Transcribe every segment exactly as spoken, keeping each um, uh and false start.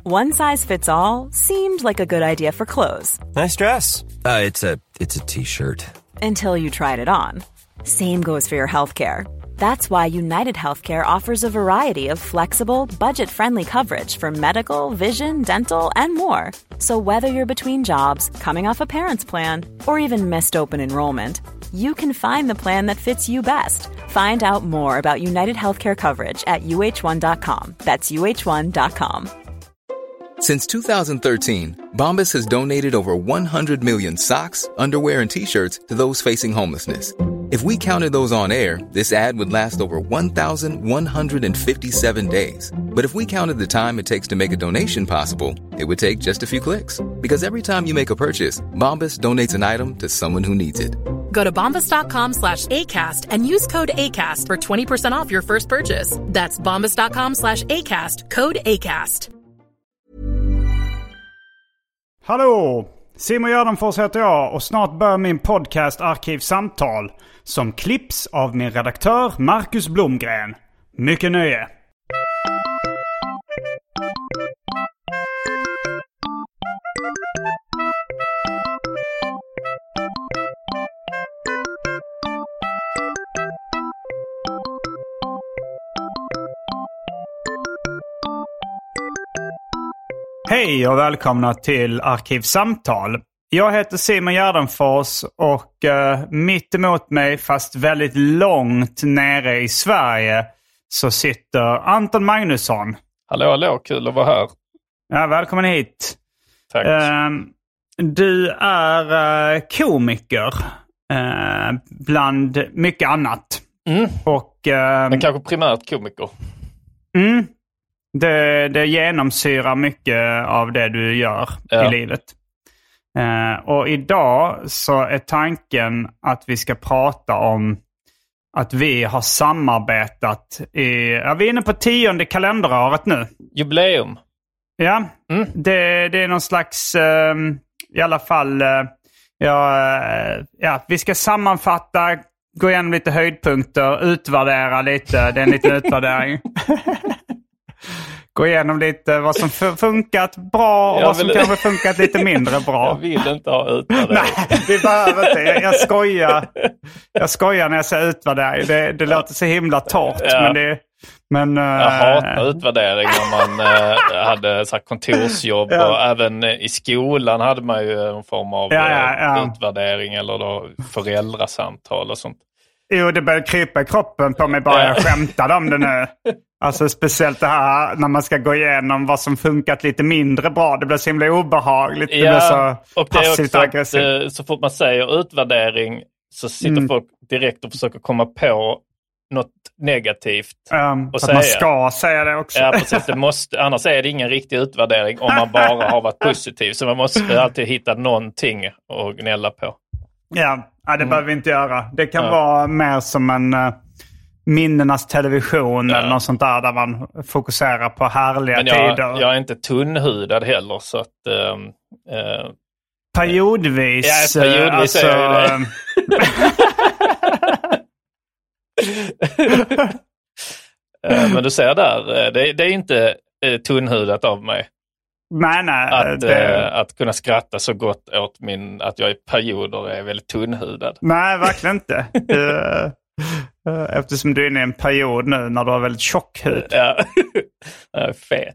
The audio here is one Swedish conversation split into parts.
One size fits all seemed like a good idea for clothes. Nice dress. Uh, it's a it's a t-shirt. Until you tried it on. Same goes for your healthcare. That's why United Healthcare offers a variety of flexible, budget-friendly coverage for medical, vision, dental, and more. So whether you're between jobs, coming off a parent's plan, or even missed open enrollment, you can find the plan that fits you best. Find out more about United Healthcare coverage at U H one dot com. That's U H one dot com. Since two thousand thirteen, Bombas has donated over one hundred million socks, underwear, and T-shirts to those facing homelessness. If we counted those on air, this ad would last over one thousand one hundred fifty-seven days. But if we counted the time it takes to make a donation possible, it would take just a few clicks. Because every time you make a purchase, Bombas donates an item to someone who needs it. Go to bombas.com slash ACAST and use code ACAST for twenty percent off your first purchase. That's bombas.com slash ACAST, code ACAST. Hallå! Simon Gärdenfors heter jag och snart börjar min podcast Arkivsamtal som klipps av min redaktör Marcus Blomgren. Mycket nöje! Hej och välkomna till Arkivsamtal. Jag heter Simon Gärdenfors och uh, mitt emot mig, fast väldigt långt nere i Sverige, så sitter Anton Magnusson. Hallå, hallå, kul att vara här. Ja, välkommen hit. Tack. Uh, du är uh, komiker uh, bland mycket annat. Mm. Och, uh, Men kanske primärt komiker. Mm. Det, det genomsyrar mycket av det du gör ja. i livet. Uh, och idag så är tanken att vi ska prata om att vi har samarbetat i... Ja, vi är inne på tionde kalenderåret nu. Jubileum. Ja, mm. det, det är någon slags... Uh, I alla fall... Uh, ja, uh, ja, vi ska sammanfatta, gå igenom lite höjdpunkter, utvärdera lite. Det är en liten utvärdering. Gå igenom lite vad som funkat bra och jag vad som vill... kanske funkat lite mindre bra. Jag vill inte ha utvärdering. Nej, vi behöver inte. Jag, jag skojar. Jag skojar när jag säger utvärdering. Det, det låter så himla torrt. Ja. Men det, men, jag äh... hatar utvärdering när man äh, hade så här, kontorsjobb. Ja. Och även i skolan hade man ju en form av ja, ja, ja. utvärdering eller då föräldrasamtal och sånt. Jo, det börjar krypa i kroppen på mig bara jag skämtade om det nu. Alltså speciellt det här när man ska gå igenom vad som funkat lite mindre bra. Det blir så himla obehagligt. Det ja, blir så och det passivt är också aggressivt. Att, eh, så fort man säger utvärdering så sitter mm. folk direkt och försöker komma på något negativt um, och att säga. Man ska säga det också. Ja, precis. Det måste, annars är det ingen riktig utvärdering om man bara har varit positiv. Så man måste alltid hitta någonting att gnälla på. Ja, ja det mm. behöver vi inte göra. Det kan ja. vara mer som en uh, minnenas television ja. eller något sånt där där man fokuserar på härliga Men jag, tider. jag är inte tunnhudad heller så att... Uh, uh, periodvis. Ja, periodvis alltså, är jag det. uh, men du ser där, det, det är inte uh, tunnhudat av mig. Nej, nej. Att, det... äh, att kunna skratta så gott åt min, att jag i perioder är väldigt tunnhudad. Nej, verkligen inte. uh, uh, eftersom du är inne i en period nu när du har väldigt tjock hud. Ja, jag är fet.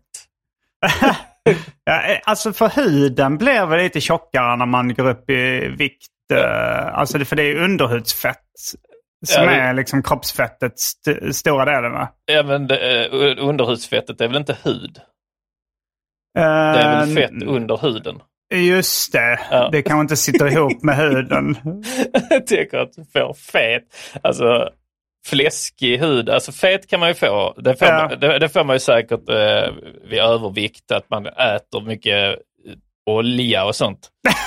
Ja, alltså för huden blir väl lite tjockare när man går upp i vikt. Uh, alltså för det är underhudsfett som ja, det... är liksom kroppsfettets st- stora delen, va? Ja, men det, uh, underhudsfettet är väl inte hud? Det är väl fett under huden. Just det. Ja. Det kan inte sitta ihop med huden. Jag tycker att du får fet. Alltså fläskig hud. Alltså fet kan man ju få. Det får, ja. man, det, det får man ju säkert eh, vid övervikt. Att man äter mycket olja och sånt.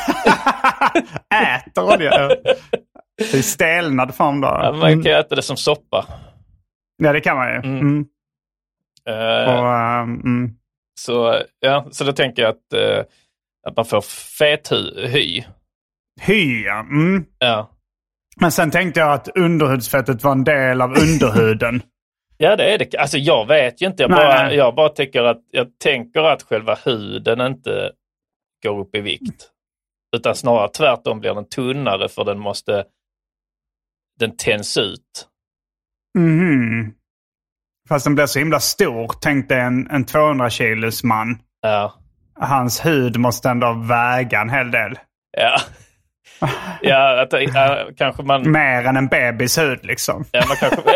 Äter olja? Det är stelnad form då. Ja, man kan äta det som soppa. Ja, det kan man ju. Mm. Mm. Uh, och, um, mm. Så, ja, så då tänker jag att, eh, att man får fet hy. Hy, hy ja. Mm. Ja. Men sen tänkte jag att underhudsfettet var en del av underhuden. Ja, det är det. Alltså jag vet ju inte. Jag, nej, bara, nej. jag bara tycker att, jag tänker att själva huden inte går upp i vikt. Utan snarare tvärtom blir den tunnare för den måste, den tänds ut. Mhm. Fast den blir så himla stor, tänkte en, en tvåhundra kilos man. Ja. Hans hud måste ändå väga en hel del. Ja. Ja, att, ja, kanske man... Mer än en bebis hud liksom. Ja, man kanske...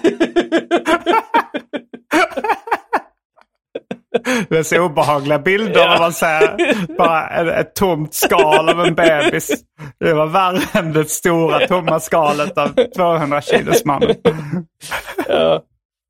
Det är så obehagliga bilder när man ser bara ett, ett tomt skal av en bebis. Det var värre än det stora tomma skalet av tvåhundra kilos man. Ja.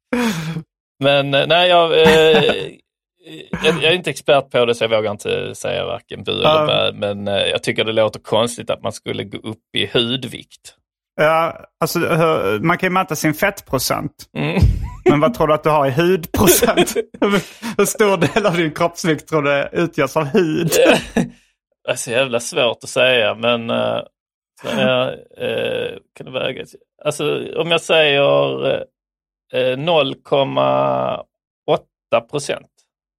Men nej, jag, eh, jag, jag är inte expert på det så jag vågar inte säga varken bu eller bä. Men eh, jag tycker det låter konstigt att man skulle gå upp i hudvikt. Ja, alltså man kan ju mäta sin fettprocent. Mm. Men vad tror du att du har i hudprocent? Hur stor del av din kroppsvikt tror du utgörs av hud? Det är så jävla svårt att säga, men uh, jag, uh, kan det väga? Alltså om jag säger uh, noll komma åtta procent.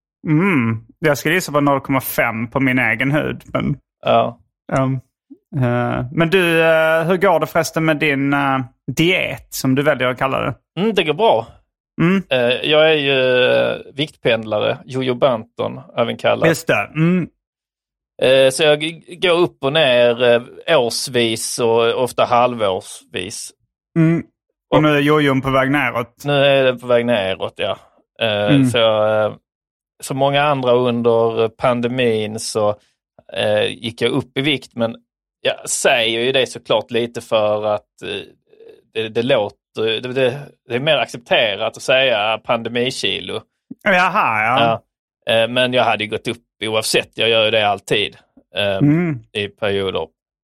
Mm, jag skulle gissa på noll komma fem på min egen hud. Men, ja. Um, uh, men du, uh, hur går det förresten med din uh, diet som du väljer att kalla det? Mm, det går bra. Mm. Uh, jag är ju uh, viktpendlare, Jojo Banton även kallad. Just det. Mm. Uh, så jag g- går upp och ner uh, årsvis och ofta halvårsvis. Mm. Och, och nu är jojon på väg neråt. Nu är den på väg neråt, ja. Uh, mm. Så uh, som många andra under pandemin så uh, gick jag upp i vikt, men jag säger ju det såklart lite för att uh, det, det låter det, det, det är mer accepterat att säga pandemikilo. Jaha, ja. ja. Men jag hade gått upp oavsett. Jag gör ju det alltid mm. i perioder.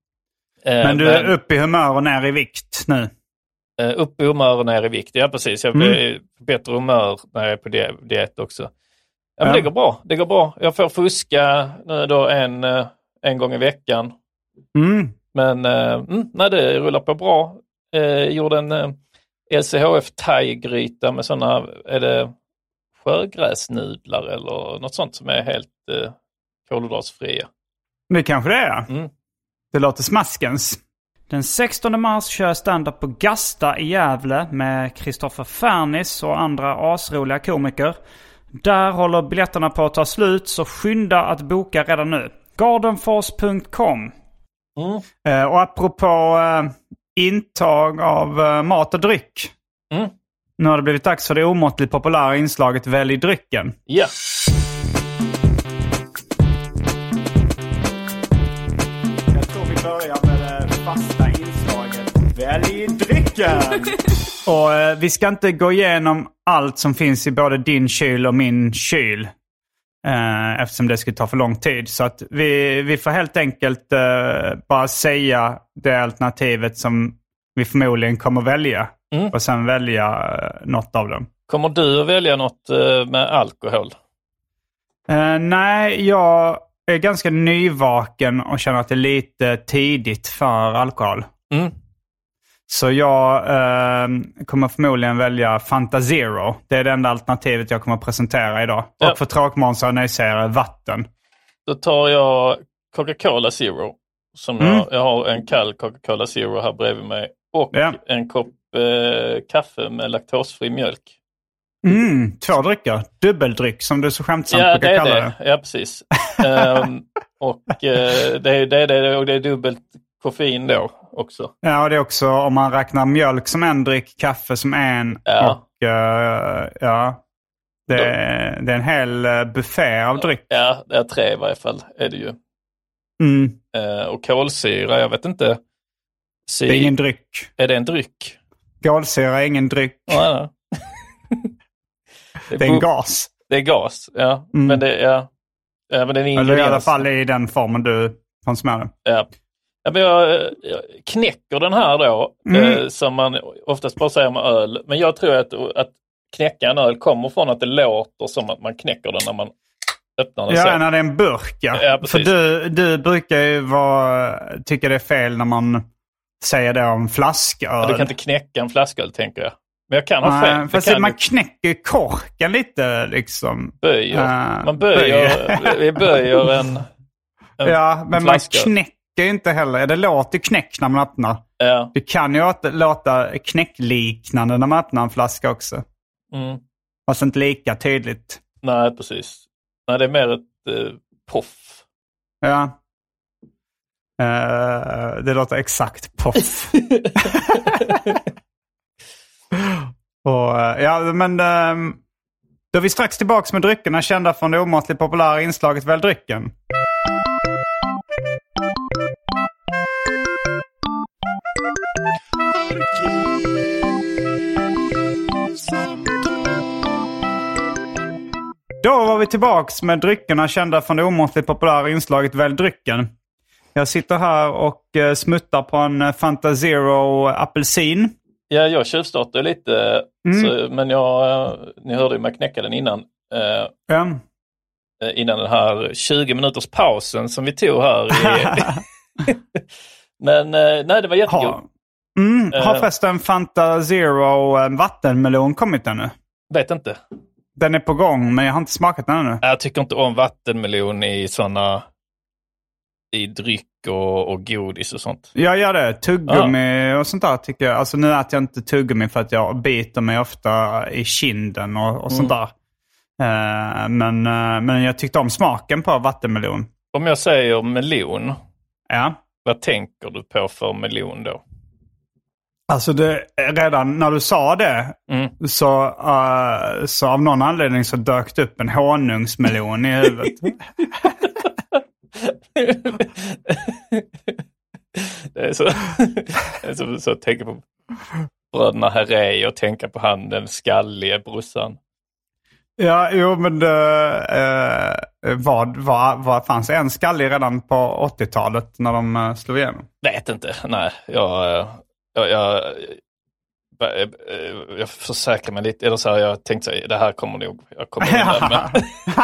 Men du är men, upp i humör och ner i vikt nu? Upp i humör och ner i vikt, ja precis. Jag blir mm. bättre humör när jag är på diet också. Ja, men ja. det går bra. Det går bra. Jag får fuska nu då en, en gång i veckan. Mm. Men mm, nej, det rullar på bra. Jag gjorde en L C H F-thaigryta med sådana, är det sjögräsnudlar eller något sånt som är helt eh, kolhydratsfria. Det kanske det är. Mm. Det låter smaskens. Den sextonde mars kör jag stand-up på Gasta i Gävle med Kristoffer Fernis och andra asroliga komiker. Där håller biljetterna på att ta slut, så skynda att boka redan nu. gardenfors punkt com. Mm. Eh, och apropå eh, intag av eh, mat och dryck. Mm. Nu har det blivit dags för det omåttligt populära inslaget Välj drycken. Ja. Yeah. Jag tror vi börjar med det fasta inslaget Välj drycken. Och eh, vi ska inte gå igenom allt som finns i både din kyl och min kyl. Eh, eftersom det skulle ta för lång tid. Så att vi, vi får helt enkelt eh, bara säga det alternativet som vi förmodligen kommer välja. Mm. Och sen välja eh, något av dem. Kommer du att välja något eh, med alkohol? Eh, nej, jag är ganska nyvaken och känner att det är lite tidigt för alkohol. Mm. Så jag eh, kommer förmodligen välja Fanta Zero. Det är det enda alternativet jag kommer att presentera idag. Ja. Och för tråkmånsar och nöjsägare vatten. Då tar jag Coca-Cola Zero. Som mm. jag, jag har en kall Coca-Cola Zero här bredvid mig. Och ja. en kopp eh, kaffe med laktosfri mjölk. Mm, två drycker. Dubbeldryck som du så skämtsamt ja, brukar det kalla det. det. Ja, precis. um, och uh, det, är, det, är, det, är, och det är dubbelt koffein då också. Ja, och det är också om man räknar mjölk som en dryck, kaffe som en. Ja. Och uh, ja, det, är, det är en hel buffé av dryck. Ja, det är tre i varje fall är det ju. Mm. Uh, och kolsyra, jag vet inte. Sy- det är ingen dryck. Är det en dryck? Kolsyra är ingen dryck. Ja, ja. Det är en gas. Det är gas, ja. Mm. Men det är, ja, men det är en ingrediens. Eller i alla fall i den formen du konsumerar. Ja. Ja, men jag, jag knäcker den här då, mm. eh, som man oftast bara säger med öl. Men jag tror att, att knäcka en öl kommer från att det låter som att man knäcker den när man öppnar den. Ja, så. När det är en burk, ja. Ja, för du, du brukar ju vara, tycka det är fel när man säger det om flasköl. Ja, du kan inte knäcka en flasköl, tänker jag. Men jag kan ha fel. Uh, fast kan man du... knäcker korken lite liksom. Böjer. Uh, man böjer. böjer. Vi böjer en, en Ja, men en man knäcker inte heller. Det låter knäck när man öppnar. Ja. Det kan ju låta knäckliknande när man öppnar en flaska också. Mm. Fast inte lika tydligt. Nej, precis. Nej, det är mer ett uh, poff. Ja. Uh, det låter exakt poff. Och, uh, ja, men uh, då är vi strax tillbaka med dryckerna kända från det omåttligt populära inslaget Välj drycken. Då var vi tillbaks med dryckerna kända från det omåttligt populära inslaget Välj drycken. Jag sitter här och uh, smuttar på en Fanta Zero apelsin. Ja, jag tjuvstartade lite, Mm. så, men jag, ni hörde ju mig knäcka den innan. Uh, Ja. Innan den här tjugo minuters pausen som vi tog här. I, men uh, nej, det var jättegod. Ha. Mm. Har Uh, förresten Fanta Zero uh, vattenmelon kommit ännu? vet inte. Den är på gång, men jag har inte smakat den ännu. Jag tycker inte om vattenmelon i sådana i dryck och, och godis och sånt. Jag gör det. Tuggummi och sånt där tycker jag. Alltså nu äter jag inte tuggummi för att jag biter mig ofta i kinden och, och sånt Mm. där. Uh, men, uh, men jag tyckte om smaken på vattenmelon. Om jag säger melon, Ja. vad tänker du på för melon då? Alltså det, redan när du sa det Mm. så, uh, så av någon anledning så dök det upp en honungsmelon i huvudet. Det är så, det är så, så att tänka på bröderna Herrey och tänka på han den skallige brorsan. Ja, jo men det, uh, vad, vad, vad fanns en skallig redan på åttiotalet när de uh, slog igenom? Vet inte, nej. Jag, jag, jag, jag, jag försäkrar mig lite. Eller så här, jag tänkte så här, det här kommer nog, jag kommer undan, men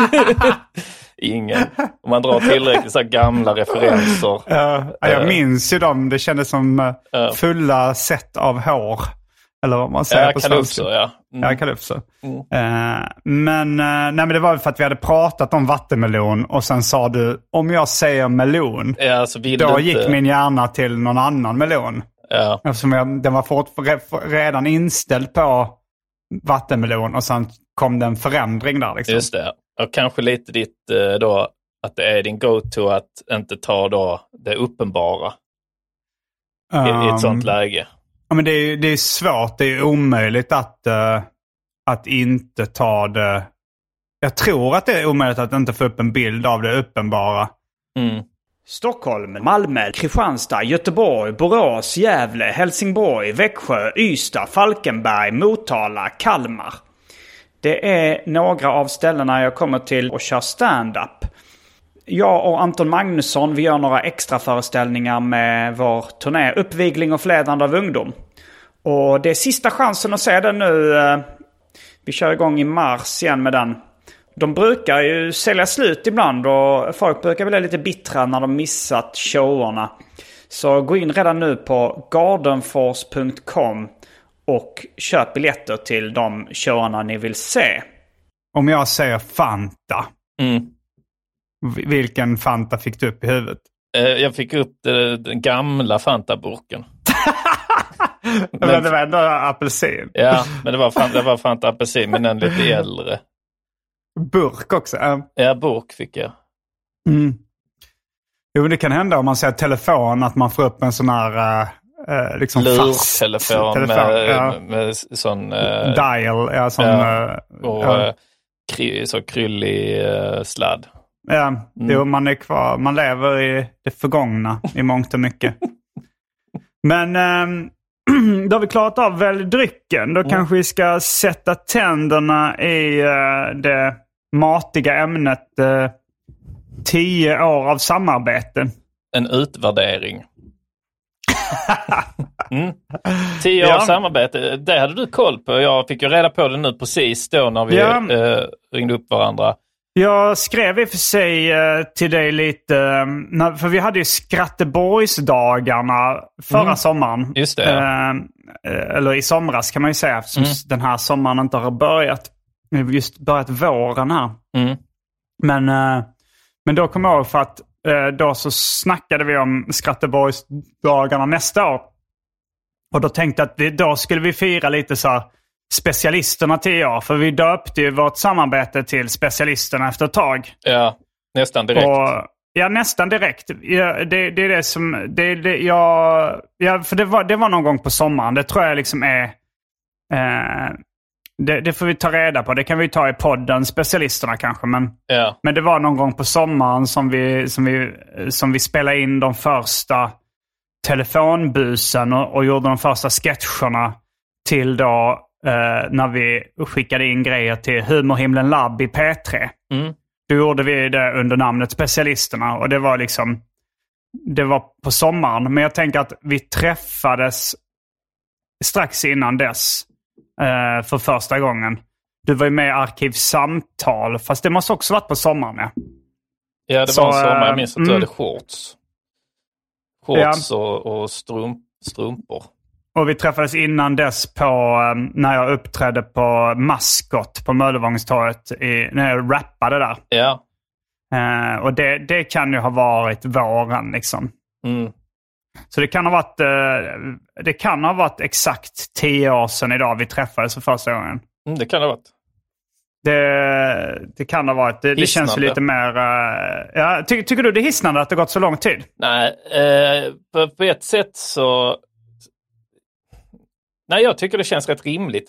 ingen. Om man drar tillräckligt så här gamla referenser. Uh, jag minns ju dem, det kändes som uh, fulla set av hår. Eller vad man säger ja, på svenska. svenska. Ja, mm. Ja, kalufser. Mm. Uh, men, uh, nej, men det var för att vi hade pratat om vattenmelon och sen sa du, om jag säger melon, ja, så vill då du gick inte... min hjärna till någon annan melon. Ja. Eftersom jag, den var fort, redan inställd på vattenmelon och sen kom det en förändring där. Liksom. Just det. Och kanske lite ditt då, att det är din go-to att inte ta då det uppenbara um, i, i ett sånt läge. Ja, men det är, det är svårt, det är omöjligt att, uh, att inte ta det. Jag tror att det är omöjligt att inte få upp en bild av det uppenbara. Mm. Stockholm, Malmö, Kristianstad, Göteborg, Borås, Gävle, Helsingborg, Växjö, Ystad, Falkenberg, Motala, Kalmar. Det är några av ställena jag kommer till och kör stand-up. Jag och Anton Magnusson, vi gör några extra föreställningar med vår turné Uppvigling och förledande av ungdom. Och det är sista chansen att se den nu. Vi kör igång i mars igen med den. De brukar ju sälja slut ibland och folk brukar bli lite bittra när de missat showerna. Så gå in redan nu på gardenfors punkt com och köp biljetter till de showerna ni vill se. Om jag säger Fanta, mm. vilken Fanta fick du upp i huvudet? Jag fick upp den gamla Fanta-burken. men, men det var ändå apelsin. Ja, men det var, det var Fanta apelsin, men den lite äldre. Burk också. Äh. Ja, burk fick jag. Mm. Jo, det kan hända om man säger telefon att man får upp en sån här äh, liksom fast telefon, telefon med, ja. med sån äh, dial, ja, sån, ja, och ja. Äh, kry, så kryllig äh, sladd. Ja, mm. jo, man är kvar, man lever i det förgångna i mångt och mycket. Men ähm, då har vi klarat av väl drycken. Då mm. kanske vi ska sätta tänderna i uh, det matiga ämnet uh, tio år av samarbete. En utvärdering. mm. Tio år ja. av samarbete, det hade du koll på. Jag fick ju reda på det nu precis då när vi ja. uh, ringde upp varandra. Jag skrev i och för sig eh, till dig lite, eh, när, för vi hade ju Skratteborgsdagarna förra mm. sommaren. Just det. Ja. Eh, eller i somras kan man ju säga, eftersom mm. den här sommaren inte har börjat. Vi har just börjat våren här. Mm. Men, eh, men då kom jag ihåg för att eh, då så snackade vi om Skratteborgsdagarna nästa år. Och då tänkte jag att vi, då skulle vi fira lite så här specialisterna tio år. För vi döpte ju vårt samarbete till specialisterna efter ett tag. Ja, nästan direkt. Och, ja, nästan direkt. Ja, det, det är det som... Det, det, jag, ja, för det var, det var någon gång på sommaren. Det tror jag liksom är... Eh, det, det får vi ta reda på. Det kan vi ta i podden, specialisterna kanske. Men, ja. men det var någon gång på sommaren som vi, som vi, som vi spelade in de första telefonbusen och, och gjorde de första sketcherna till då... Uh, när vi skickade in grejer till Humorhimlen Lab i P tre. Mm. Då gjorde vi det under namnet Specialisterna. Och det var liksom... Det var på sommaren. Men jag tänker att vi träffades strax innan dess. Uh, för första gången. Du var ju med i Arkivsamtal. Fast det måste också varit på sommaren, ja. Ja, det Så, var en sommar. Jag minns att du mm. hade shorts. Shorts ja. och, och strump, strumpor. Och vi träffades innan dess på um, när jag uppträdde på Maskot på Möllevångstorget i, när jag rappade där. Ja. Uh, och det, det kan ju ha varit våren liksom. Mm. Så det kan ha varit uh, det kan ha varit exakt tio år sedan idag vi träffades för första gången. Mm, det kan ha varit. Det, det kan ha varit. Det, det känns lite mer... Uh, ja, ty, tycker du det är hisnande att det gått så lång tid? Nej, eh, på, på ett sätt så... Nej, jag tycker det känns rätt rimligt.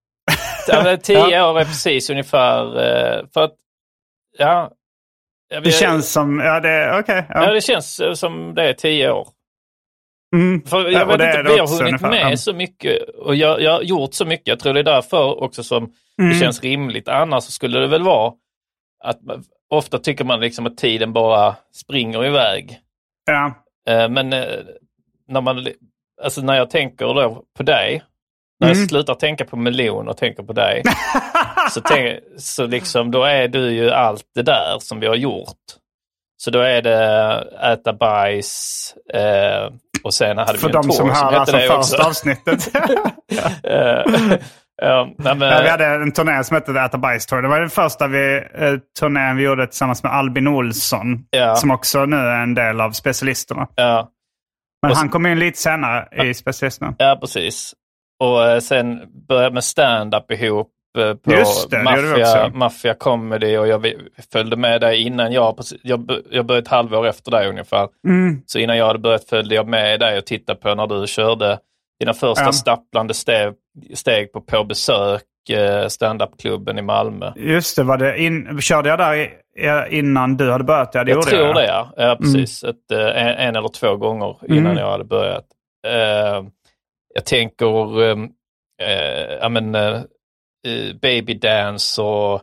Tio ja. år är precis ungefär eh, för att ja. Jag, det känns som ja det okej. Okay, ja. ja, det känns som det är tio år. Mm. För jag vet inte, vi har hunnit med mm. så mycket och jag, jag har gjort så mycket. Jag tror det är därför också som mm. det känns rimligt. Annars så skulle det väl vara att ofta tycker man liksom att tiden bara springer iväg. Ja. Eh, men eh, när man alltså när jag tänker då på dig, när mm. jag slutar tänka på miljon och tänker på dig, så, tänk, så liksom då är du ju allt det där som vi har gjort. Så då är det äta bajs eh, och sen hade för vi en de som hör alltså första avsnittet. uh, uh, nej, men, ja, vi hade en turné som hette Äta bajs-tour. Det var den första vi, eh, turnén vi gjorde tillsammans med Albin Olsson, ja. som också nu är en del av specialisterna. Ja. Men och han kom in lite senare ja. i specialisterna. Ja, precis. Och eh, sen började med stand-up ihop eh, på Just det, Mafia, Mafia Comedy, och jag följde med dig innan jag, jag, jag började ett halvår efter dig ungefär. Mm. Så innan jag hade börjat följde jag med dig och tittade på när du körde dina första ja. stapplande steg, steg på På besök eh, stand-up-klubben i Malmö. Just det, var det in, körde jag där innan du hade börjat? Ja, det jag tror jag. det, ja. ja precis. Mm. Ett, en, en eller två gånger innan mm. jag hade börjat. Uh, jag tänker uh, uh, I mean, uh, Baby Dance och,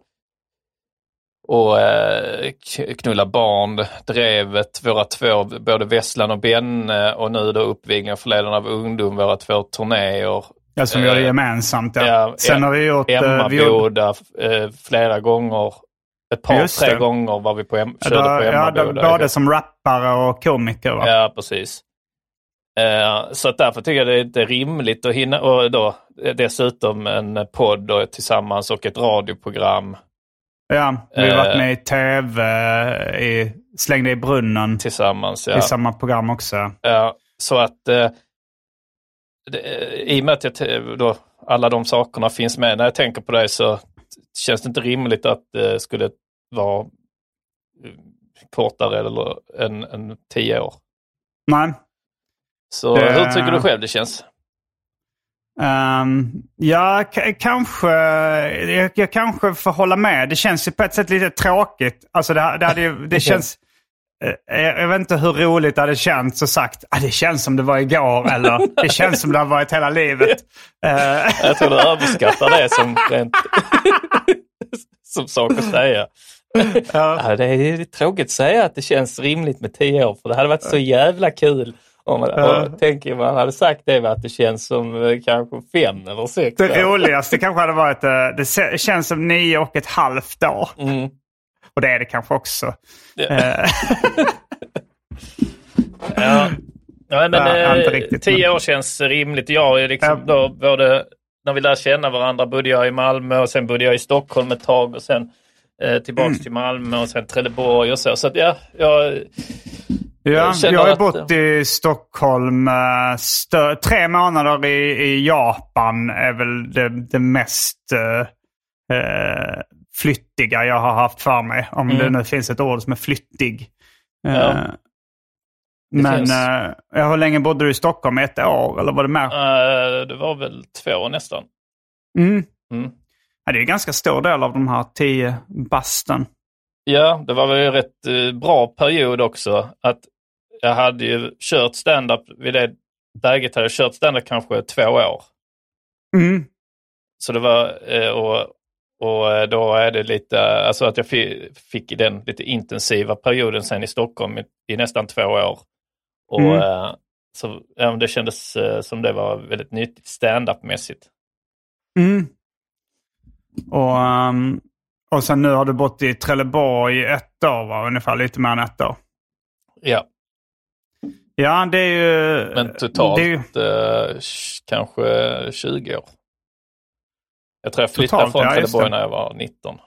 och uh, Knulla barn, Drevet, våra två, både Vesslan och Benne, och nu då Uppvigling och förledande av ungdom, våra två turnéer. Ja, som vi gör gemensamt. Ja. Ja, Sen har vi gjort... Emmaboda uh, flera gånger. Ett par, tre gånger var vi på em- körde ja, på Emmaboda. Ja, både som rappare och komiker, va? Ja, precis. Uh, så att därför tycker jag det är, det är rimligt att hinna, och då dessutom en podd och tillsammans och ett radioprogram. Ja, vi har uh, varit med i tv, i Slängde i brunnen. Tillsammans, ja. I samma program också. Ja, uh, så att uh, det, i och med att jag, då, alla de sakerna finns med, när jag tänker på det så känns det inte rimligt att det skulle vara kortare eller än, än tio år. Nej. Så det... hur tycker du själv det känns? Um, ja, k- kanske jag, jag kanske får hålla med. Det känns ju på ett sätt lite tråkigt. Alltså det, det, hade, det känns... uh, jag vet inte hur roligt det hade känts och sagt ah, det känns som det var igår, eller det känns som det har varit hela livet. Uh... Jag tror du överskattar det som rent som sak att säga. Ja. Ja, det är tråkigt att säga att det känns rimligt med tio år, för det hade varit så jävla kul om man, ja. tänker man hade sagt det, att det känns som kanske fem eller sex. Det roligaste kanske hade varit, det känns som nio och ett halvt år. Mm. Och det är det kanske också. Ja. ja. ja, men ja, eh, riktigt, tio men... år känns rimligt. Jag är liksom ja. då både, när vi lär känna varandra bodde jag i Malmö och sen bodde jag i Stockholm ett tag och sen eh, tillbaks mm. till Malmö och sen Trelleborg och så. Så att ja, jag... Ja, jag, jag har att... bott i Stockholm stö- tre månader i, i Japan är väl det, det mest uh, flyttiga jag har haft för mig. Om mm. det nu finns ett ord som är flyttig. Ja. Uh, men finns... uh, hur länge bodde du i Stockholm? Ett år eller var det mer? Uh, det var väl två nästan. Mm. Mm. Ja, det är en ganska stor del av de här tio basten. Ja, det var väl en rätt uh, bra period också. Att jag hade ju kört stand-up vid det läget. Hade jag kört stand-up kanske två år. Mm. Så det var, och, och då är det lite, alltså att jag fick, fick den lite intensiva perioden sen i Stockholm i, i nästan två år. Och mm. så ja, det kändes som det var väldigt nyttigt stand-up-mässigt. Mm. Och, um, och sen nu har du bott i Trelleborg i ett år, va? Ungefär lite mer än ett år. Ja. Ja, det är ju... Men totalt det är ju... eh, kanske tjugo år. Jag tror jag flyttade totalt, från ja, Trelleborg när jag var nitton.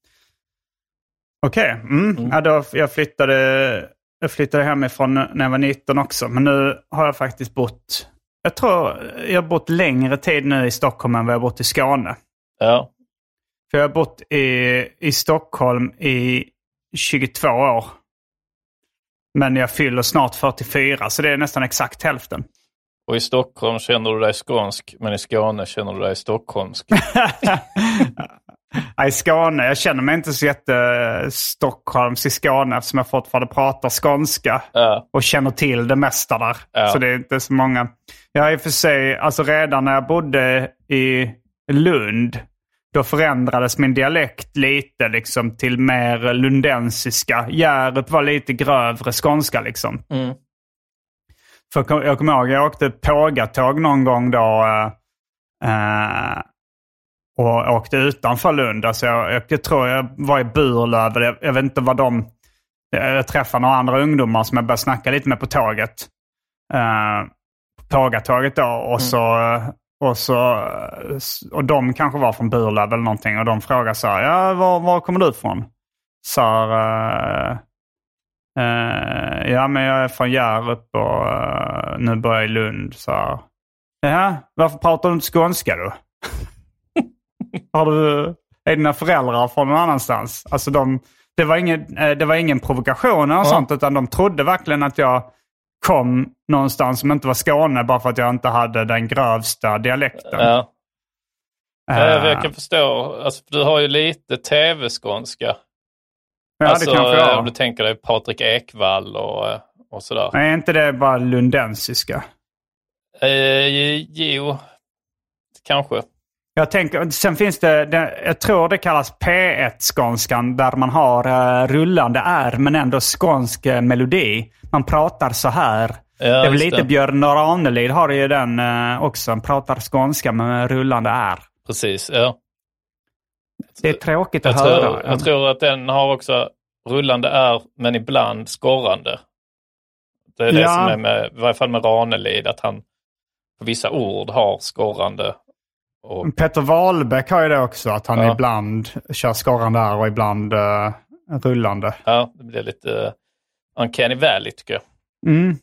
Okej, okay. mm. mm. ja, då, jag, flyttade, jag flyttade hemifrån när jag var nitton också. Men nu har jag faktiskt bott... Jag tror jag har bott längre tid nu i Stockholm än vad jag har bott i Skåne. Ja. För jag har bott i, i Stockholm i tjugotvå år. Men jag fyller snart fyrtiofyra, så det är nästan exakt hälften. Och i Stockholm känner du dig skånsk, men i Skåne känner du dig stockholmsk. I Skåne, jag känner mig inte så jätte-stockholms i Skåne eftersom jag fortfarande pratar skånska ja. och känner till det mesta där. Ja. Så det är inte så många. Jag har i och för sig, alltså redan när jag bodde i Lund, då förändrades min dialekt lite liksom till mer lundensiska. Hjärup var lite grövre skånska liksom. Mm. För jag kommer ihåg, jag åkte pågatåg någon gång då äh, och åkte utanför Lund. Alltså jag, jag, jag tror jag var i Burlöv. Jag, jag vet inte vad de... Jag träffade några andra ungdomar som jag började snacka lite med på tåget. Äh, pågatåget då. Och mm. så... Och, så, och de kanske var från Burlöv eller någonting. Och de frågade så här, ja, var, var kommer du ifrån? Så uh, uh, ja, men jag är från Hjärup och uh, nu bor jag i Lund. Så ja, varför pratar du inte skånska då? Har du, är dina föräldrar från någon annanstans? Alltså de, det, var ingen, det var ingen provokation eller ja. sånt, utan de trodde verkligen att jag kom någonstans som inte var Skåne bara för att jag inte hade den grövsta dialekten. Ja. Uh, ja, jag kan förstå. Alltså, du har ju lite tv-skånska. Ja, alltså, det kanske jag. Om du tänker dig Patrik Ekwall och, och sådär. Nej, är inte det bara lundensiska? Uh, jo, kanske. Jag tänker, sen finns det, det, jag tror det kallas P ett-skånskan där man har uh, rullande R men ändå skånsk uh, melodi. Man pratar så här. Ja, det är väl lite det. Björn Ranelid har ju den uh, också. Han pratar skånska med rullande R. Precis, ja. Det är tråkigt jag att tror, höra. Jag tror att den har också rullande R men ibland skorrande. Det är det ja. som är med, i varje fall med Ranelid, att han på vissa ord har skorrande. Och... Peter Wahlbeck har ju det också, att han ja. ibland kör skorrande R och ibland uh, rullande. Ja, det blir lite uh, uncanny valley tycker jag. Mm.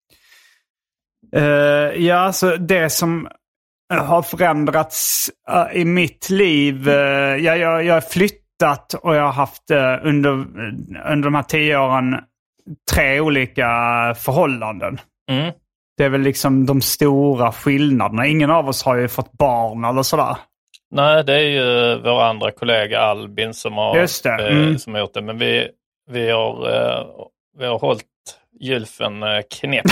Uh, ja, så det som har förändrats uh, i mitt liv. Uh, jag, jag, jag har flyttat och jag har haft uh, under, under de här tio åren tre olika förhållanden. Mm. Det är väl liksom de stora skillnaderna. Ingen av oss har ju fått barn eller sådär. Nej, det är ju vår andra kollega Albin som har, Just det. Mm. eh, som har gjort det. Men vi, vi, har, eh, vi har hållit gylfen eh, knäppt.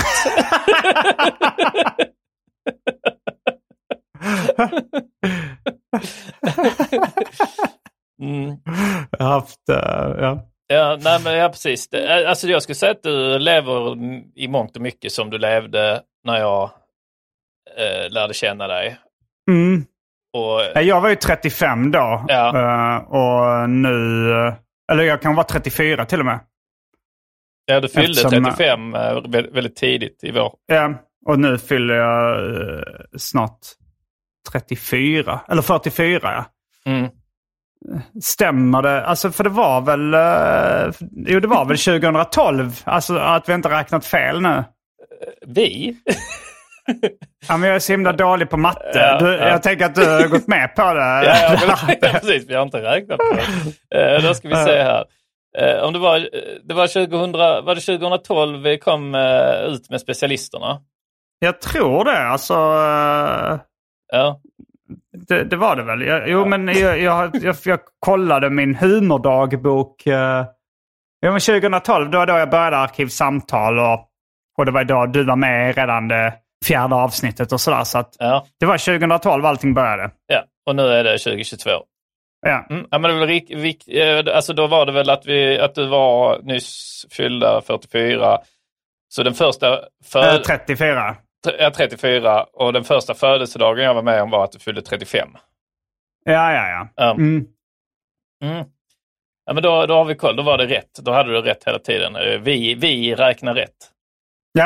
mm. Jag har haft, uh, ja. Ja, nej men ja, precis. Det, alltså jag skulle säga att du lever i mångt och mycket som du levde när jag eh, lärde känna dig. Mm. Och, jag var ju trettiofem då. Ja. Uh, och nu Eller jag kan vara trettiofyra till och med. Ja, du fyllde Eftersom, trettiofem väldigt tidigt i vår. Ja, och nu fyller jag uh, snart trettiofyra. Eller fyrtiofyra, ja. Mm. Stämmer det? Alltså, för det var väl... Uh, jo, det var väl tjugohundratolv. Alltså, att vi inte räknat fel nu. Vi? Ja, men jag är så himla dålig på matte. Ja, du, ja. Jag tänker att du har gått med på det. Ja, ja, ja, precis. Vi har inte räknat på det. Uh, då ska vi se här. Uh, om det var, det var, tjugohundra, var det tjugohundratolv vi kom uh, ut med specialisterna? Jag tror det. Alltså... Uh, ja. Det, det var det väl. Jag, jo, ja. men jag, jag, jag, jag kollade min humordagbok. Uh, ja, men tjugohundratolv, då var då jag började Arkivsamtal. Och, och det var då du var med redan det fjärde avsnittet och sådär. Så att ja. Det var tjugohundratolv allting började. Ja, och nu är det tjugohundratjugotvå. Ja. Mm, ja, men det var rik, rik, alltså då var det väl att, vi, att du var nyss fyllda fyrtiofyra. Så den första... För, äh, trettiofyra. Ja, trettiofyra. Och den första födelsedagen jag var med om var att du fyllde trettiofem. Ja, ja, ja. Um, mm. Mm. Ja, men då, då har vi koll. Då var det rätt. Då hade du rätt hela tiden. Vi, vi räknar rätt. Ja.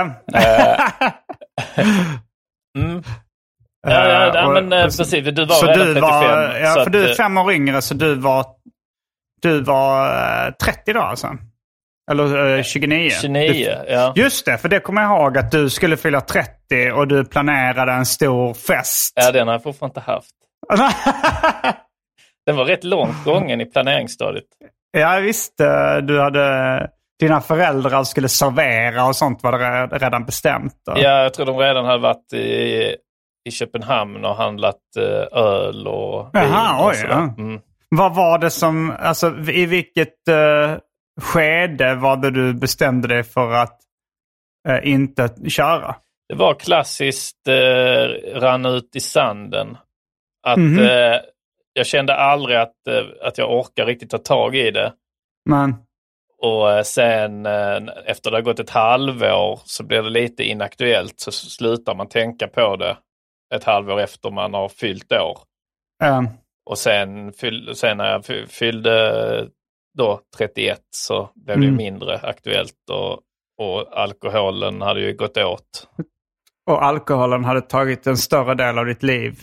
mm. Ja, ja, ja, men uh, precis. Du var så redan du trettiofem. Var, ja, så för att, du är fem år yngre, så du var, du var uh, trettio då alltså? Eller uh, tjugonio? tjugonio, du, ja. Just det, för det kommer jag ihåg att du skulle fylla trettio och du planerade en stor fest. Ja, den har jag fortfarande inte haft. Den var rätt långt gången i planeringsstadiet. Ja, visst. Du hade... Dina föräldrar skulle servera och sånt var det redan bestämt. Då. Ja, jag tror de redan hade varit i, i Köpenhamn och handlat uh, öl och vin. Jaha, och oj, ja. Mm. Vad var det som... Alltså, i vilket uh, skede var det du bestämde dig för att uh, inte köra? Det var klassiskt uh, rann ut i sanden. Att Mm-hmm. uh, jag kände aldrig att, uh, att jag orkar riktigt ta tag i det. Men... Och sen efter det har gått ett halvår så blir det lite inaktuellt, så slutar man tänka på det ett halvår efter man har fyllt år. Um. Och sen, sen när jag fyllde då trettioett så blev det mm. mindre aktuellt och, och alkoholen hade ju gått åt. Och alkoholen hade tagit en större del av ditt liv.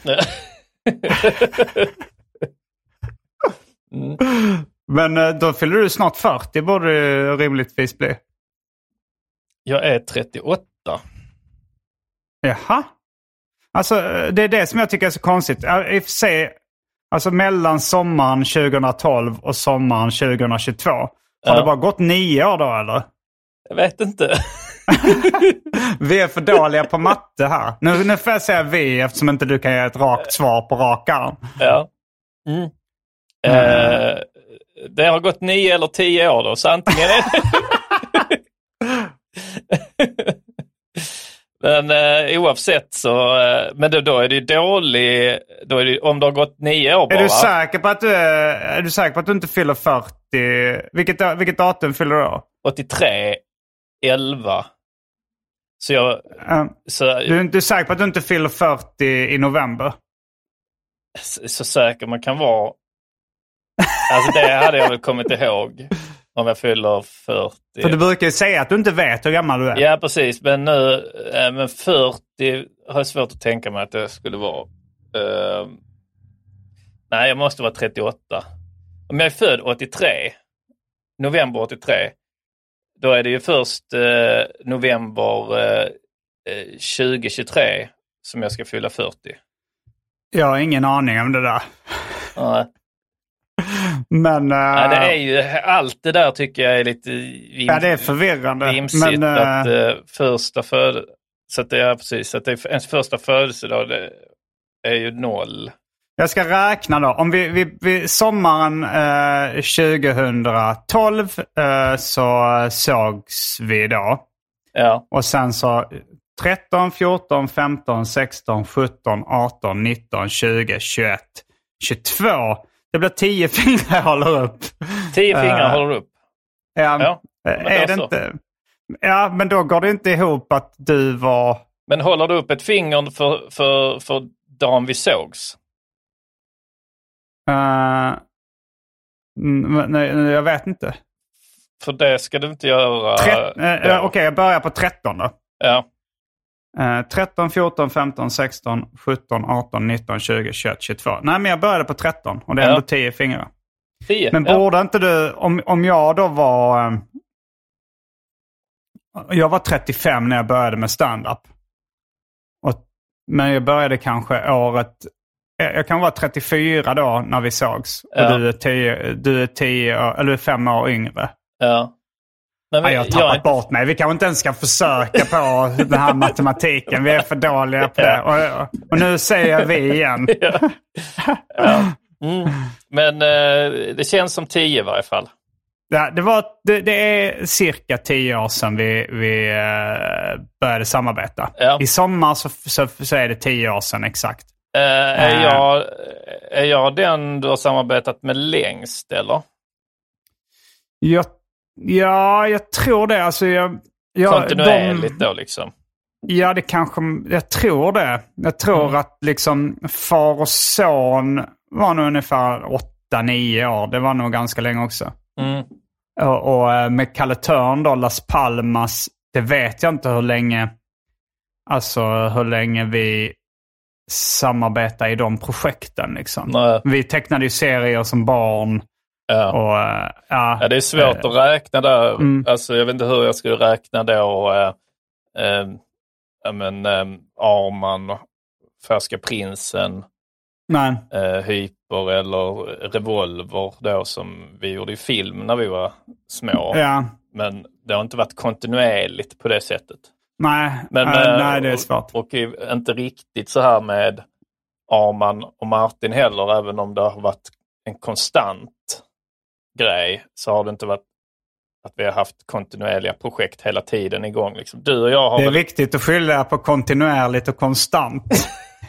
mm. Men då fyller du snart fyrtio, borde det rimligtvis bli. Jag är trettioåtta. Jaha. Alltså, det är det som jag tycker är så konstigt. I och för sig, alltså mellan sommaren tjugohundratolv och sommaren tjugohundratjugotvå. Har ja. det bara gått nio år då, eller? Jag vet inte. Vi är för dåliga på matte här. Nu, nu får jag säga vi, eftersom inte du kan ge ett rakt svar på rak arm. Ja. Mm. Mm. Uh... Det har gått nio eller tio år då, så antingen är Men eh, oavsett så, eh, men då, då är det ju dålig, då är det, om det har gått nio år bara. Är du säker på att du, är du säker på att du inte fyller fyrtio? Vilket, vilket datum fyller du då? åttiotre elva. Så jag... Um, så, du är inte säker på att du inte fyller fyrtio i november? Så, så säker man kan vara. Alltså det hade jag väl kommit ihåg om jag fyller fyrtio. För du brukar ju säga att du inte vet hur gammal du är. Ja, precis. Men nu, men fyrtio har jag svårt att tänka mig att det skulle vara. Uh, nej, jag måste vara trettioåtta. Om jag är född åttiotre, november åttiotre, då är det ju först uh, november uh, tjugohundratjugotre som jag ska fylla fyrtio. Jag har ingen aning om det där. Nej. Men, uh, ja, det är ju, allt det där tycker jag är lite vim, ja, det är förvirrande. Vimsigt men, uh, att uh, första föd, så att det är precis så att det är ens första födelsedag, det är ju noll. Jag ska räkna då. Om vi, vi, vi sommaren uh, tjugohundratolv uh, så sågs vi då. Ja. Och sen så tretton, fjorton, femton, sexton, sjutton, arton, nitton, tjugo, tjugoett, tjugotvå. Det blir tio fingrar jag håller upp. Tio fingrar uh, håller du upp? Ja, ja är det inte... Ja, men då går det inte ihop att du var... Men håller du upp ett finger för, för, för dagen vi sågs? Uh, Mm, nej, jag vet inte. För det ska du inte göra. Trett- eh, Okej, okay, jag börjar på tretton då. Ja. Eh, tretton, fjorton, femton, sexton, sjutton, arton, nitton, tjugo, tjugoett, tjugotvå. Nej, men jag började på tretton och det är ja. ändå tio fingrar. tio? Men borde ja. inte du, om, om jag då var... Eh, jag var trettiofem när jag började med stand-up. Och, men jag började kanske året... Jag kan vara trettiofyra då när vi sågs. Ja. Och du är tio, du är tio eller fem år yngre. Ja. Nej, men, jag har tappat jag inte... bort mig. Vi kanske inte ens ska försöka på den här matematiken. Vi är för dåliga på det. Och, och nu säger jag vi igen. ja. Ja. Mm. Men eh, det känns som tio i varje fall. Ja, det, var, det, det är cirka tio år sedan vi, vi uh, började samarbeta. Ja. I sommar så, så, så är det tio år sedan exakt. Uh, är, jag, är jag den du har samarbetat med längst, eller? Jag, ja, jag tror det. Alltså, jag, jag, kontinuerligt de, då liksom? Ja, det kanske... Jag tror det. Jag tror mm. att liksom far och son var nog ungefär åtta, nio år. Det var nog ganska länge också. Mm. Och, och med Kalle Törn då, Las Palmas, det vet jag inte hur länge... Alltså hur länge vi samarbetar i de projekten liksom. Nej. Vi tecknade ju serier som barn. Ja. Och, ja, ja, det är svårt äh, att räkna där. Mm. Alltså, jag vet inte hur jag skulle räkna då. Äh, äh, men, äh, Arman, Färska prinsen, Nej. Äh, Hyper eller Revolver då, som vi gjorde i film när vi var små. Ja. Men det har inte varit kontinuerligt på det sättet. Nej, men, äh, äh, nej det är svårt. Och, och inte riktigt så här med Arman och Martin heller, även om det har varit en konstant grej, så har det inte varit att vi har haft kontinuerliga projekt hela tiden igång. Liksom. Du och jag har det är väl... viktigt att skilja på kontinuerligt och konstant.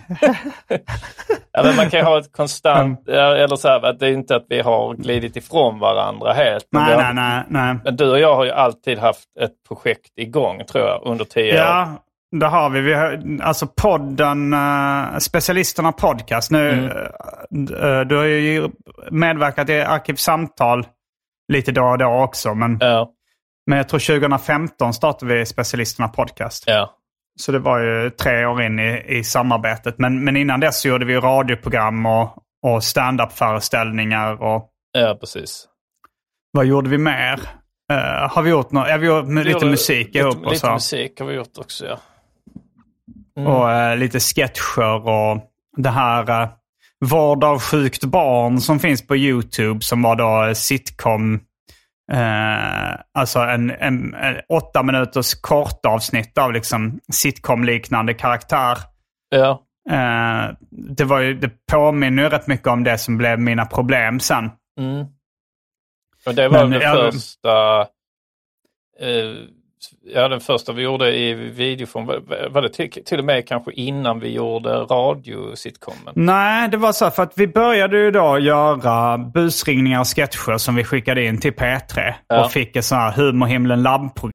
Ja, men man kan ju ha ett konstant, eller så här, att det är inte att vi har glidit ifrån varandra helt. Nej, har... nej, nej, nej. Men du och jag har ju alltid haft ett projekt igång, tror jag, under tio ja, år. Ja, det har vi. vi har, alltså podden, uh, Specialisterna podcast. Nu, mm. uh, du har ju medverkat i Arkivsamtal lite då och då också. Men, ja. men jag tror tjugo femton startade vi Specialisterna podcast. Ja. Så det var ju tre år in i, i samarbetet. Men, men innan dess så gjorde vi radioprogram och, och stand-up-föreställningar. Och... Ja, precis. Vad gjorde vi mer? Uh, har vi gjort något? Ja, vi gjort lite gjorde, musik lite, ihop. Och lite så. musik har vi gjort också, ja. Mm. Och uh, lite sketcher och det här uh, Vård av sjukt barn som finns på YouTube, som var då sitcom. Uh, alltså en, en, en åtta minuters kort avsnitt av liksom sitcom-liknande karaktär. Ja. Uh, det, var ju, det påminner ju rätt mycket om det som blev mina problem sen. Mm. Och det var Men, det jag, första uh, ja, den första vi gjorde i videoform. Var, var det till, till och med kanske innan vi gjorde radiositcomen? Nej, det var så för att vi började ju då göra busringningar och sketcher som vi skickade in till P tre. Ja. Och fick ett sånt här Humorhimlen labbprogram.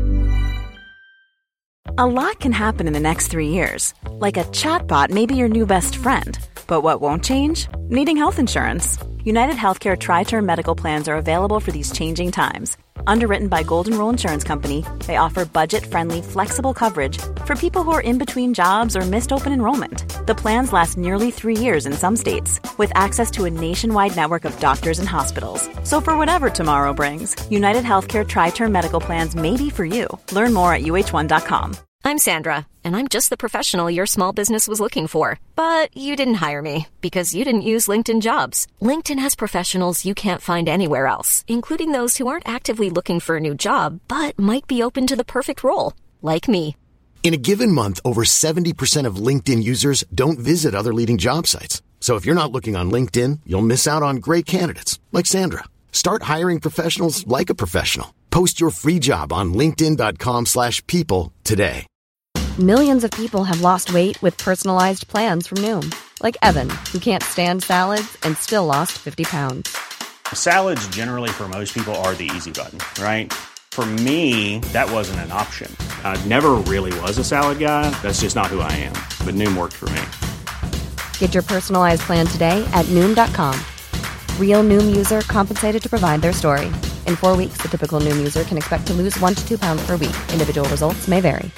A lot can happen in the next three years. Like a chatbot may be your new best friend. But what won't change? Needing health insurance. United Healthcare Tri-Term Medical Plans are available for these changing times. Underwritten by Golden Rule Insurance Company, they offer budget-friendly, flexible coverage for people who are in between jobs or missed open enrollment. The plans last nearly three years in some states, with access to a nationwide network of doctors and hospitals. So for whatever tomorrow brings, United Healthcare Tri-Term Medical Plans may be for you. Learn more at U H one dot com. I'm Sandra, and I'm just the professional your small business was looking for. But you didn't hire me, because you didn't use LinkedIn Jobs. LinkedIn has professionals you can't find anywhere else, including those who aren't actively looking for a new job, but might be open to the perfect role, like me. In a given month, over seventy percent of LinkedIn users don't visit other leading job sites. So if you're not looking on LinkedIn, you'll miss out on great candidates, like Sandra. Start hiring professionals like a professional. Post your free job on linkedin dot com slash people today. Millions of people have lost weight with personalized plans from Noom. Like Evan, who can't stand salads and still lost fifty pounds. Salads generally for most people are the easy button, right? For me, that wasn't an option. I never really was a salad guy. That's just not who I am. But Noom worked for me. Get your personalized plan today at noom dot com. Real Noom user compensated to provide their story. In four weeks, the typical Noom user can expect to lose one to two pounds per week. Individual results may vary.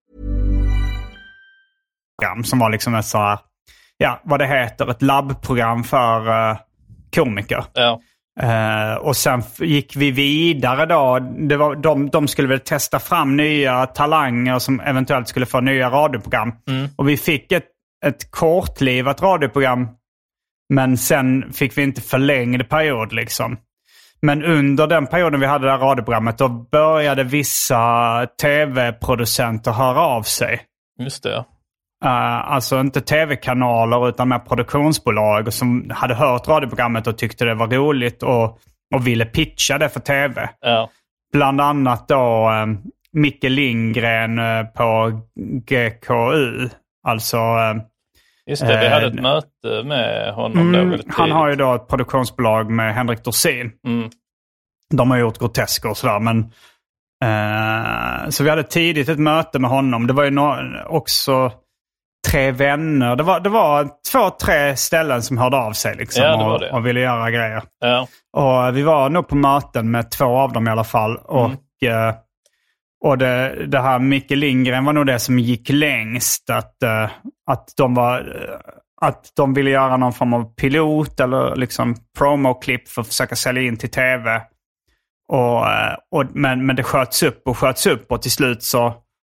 Som var liksom ett så här, ja, vad det heter, ett labbprogram för uh, komiker. Ja. Uh, och sen f- gick vi vidare då. Det var, de, de skulle väl testa fram nya talanger som eventuellt skulle få nya radioprogram. Mm. Och vi fick ett, ett kortlivat radioprogram. Men sen fick vi inte förlängd period liksom. Men under den perioden vi hade det här radioprogrammet, då började vissa tv-producenter höra av sig. Just det. Uh, alltså inte tv-kanaler utan med produktionsbolag som hade hört radioprogrammet och tyckte det var roligt och, och ville pitcha det för tv. Ja. Bland annat då um, Micke Lindgren uh, på G K U. Alltså... Uh, Just det, vi hade ett uh, möte med honom mm, då väldigt tidigt. Han har ju då ett produktionsbolag med Henrik Dorsin. Mm. De har gjort grotesker och sådär, men... Uh, så vi hade tidigt ett möte med honom. Det var ju no- också... Tre vänner. Det var, det var två, tre ställen som hörde av sig liksom, ja, det var det. Och, och ville göra grejer. Ja. Och vi var nog på möten med två av dem i alla fall. Och, mm. eh, och det, det här Micke Lindgren var nog det som gick längst. Att, eh, att, de var, att de ville göra någon form av pilot eller liksom promo-klipp för att försöka sälja in till tv. Och, och, men, men det sköts upp och sköts upp. Och till slut så,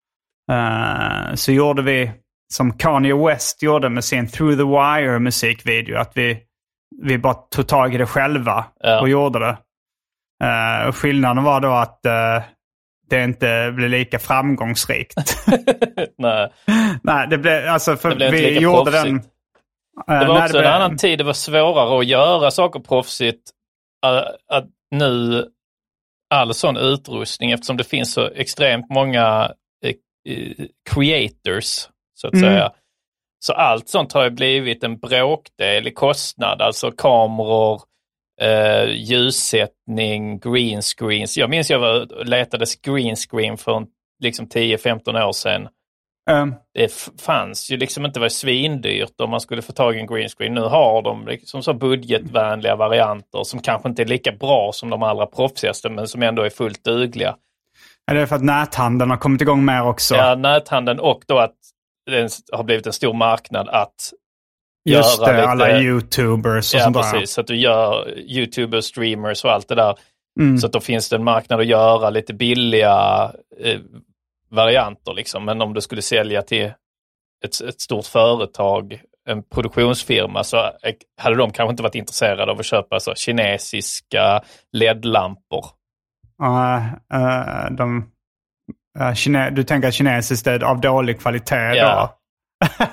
eh, så gjorde vi... Som Kanye West gjorde med sin Through the Wire musikvideo. Att vi, vi bara tog tag i det själva ja. och gjorde det. Uh, och skillnaden var då att uh, det inte blev lika framgångsrikt. Nej. Nej, det blev, alltså för det blev vi inte lika gjorde proffsigt. den... Uh, det var nej, också det blev... en annan tid. Det var svårare att göra saker proffsigt. Uh, att nu all sån utrustning, eftersom det finns så extremt många uh, creators så att mm. säga. Så allt sånt har ju blivit en bråkdel i kostnad. Alltså kameror, eh, ljussättning, green screens. Jag minns jag var, letades green screen för liksom tio femton år sedan. Mm. Det f- fanns ju liksom inte, var svindyrt om man skulle få tag i en green screen. Nu har de liksom så budgetvänliga varianter som kanske inte är lika bra som de allra proffsigaste, men som ändå är fullt dugliga. Är det för att näthandeln har kommit igång mer också? Ja, näthandeln, och då att det har blivit en stor marknad att just göra det, lite, alla YouTubers och ja, sånt där. Ja, precis. Så att du gör YouTubers, streamers och allt det där. Mm. Så att då finns det en marknad att göra lite billiga eh, varianter liksom. Men om du skulle sälja till ett, ett stort företag, en produktionsfirma, så hade de kanske inte varit intresserade av att köpa så kinesiska L E D-lampor. Ja, uh, uh, de... Uh, kine- du tänker att kinesiskt är av dålig kvalitet ja. då?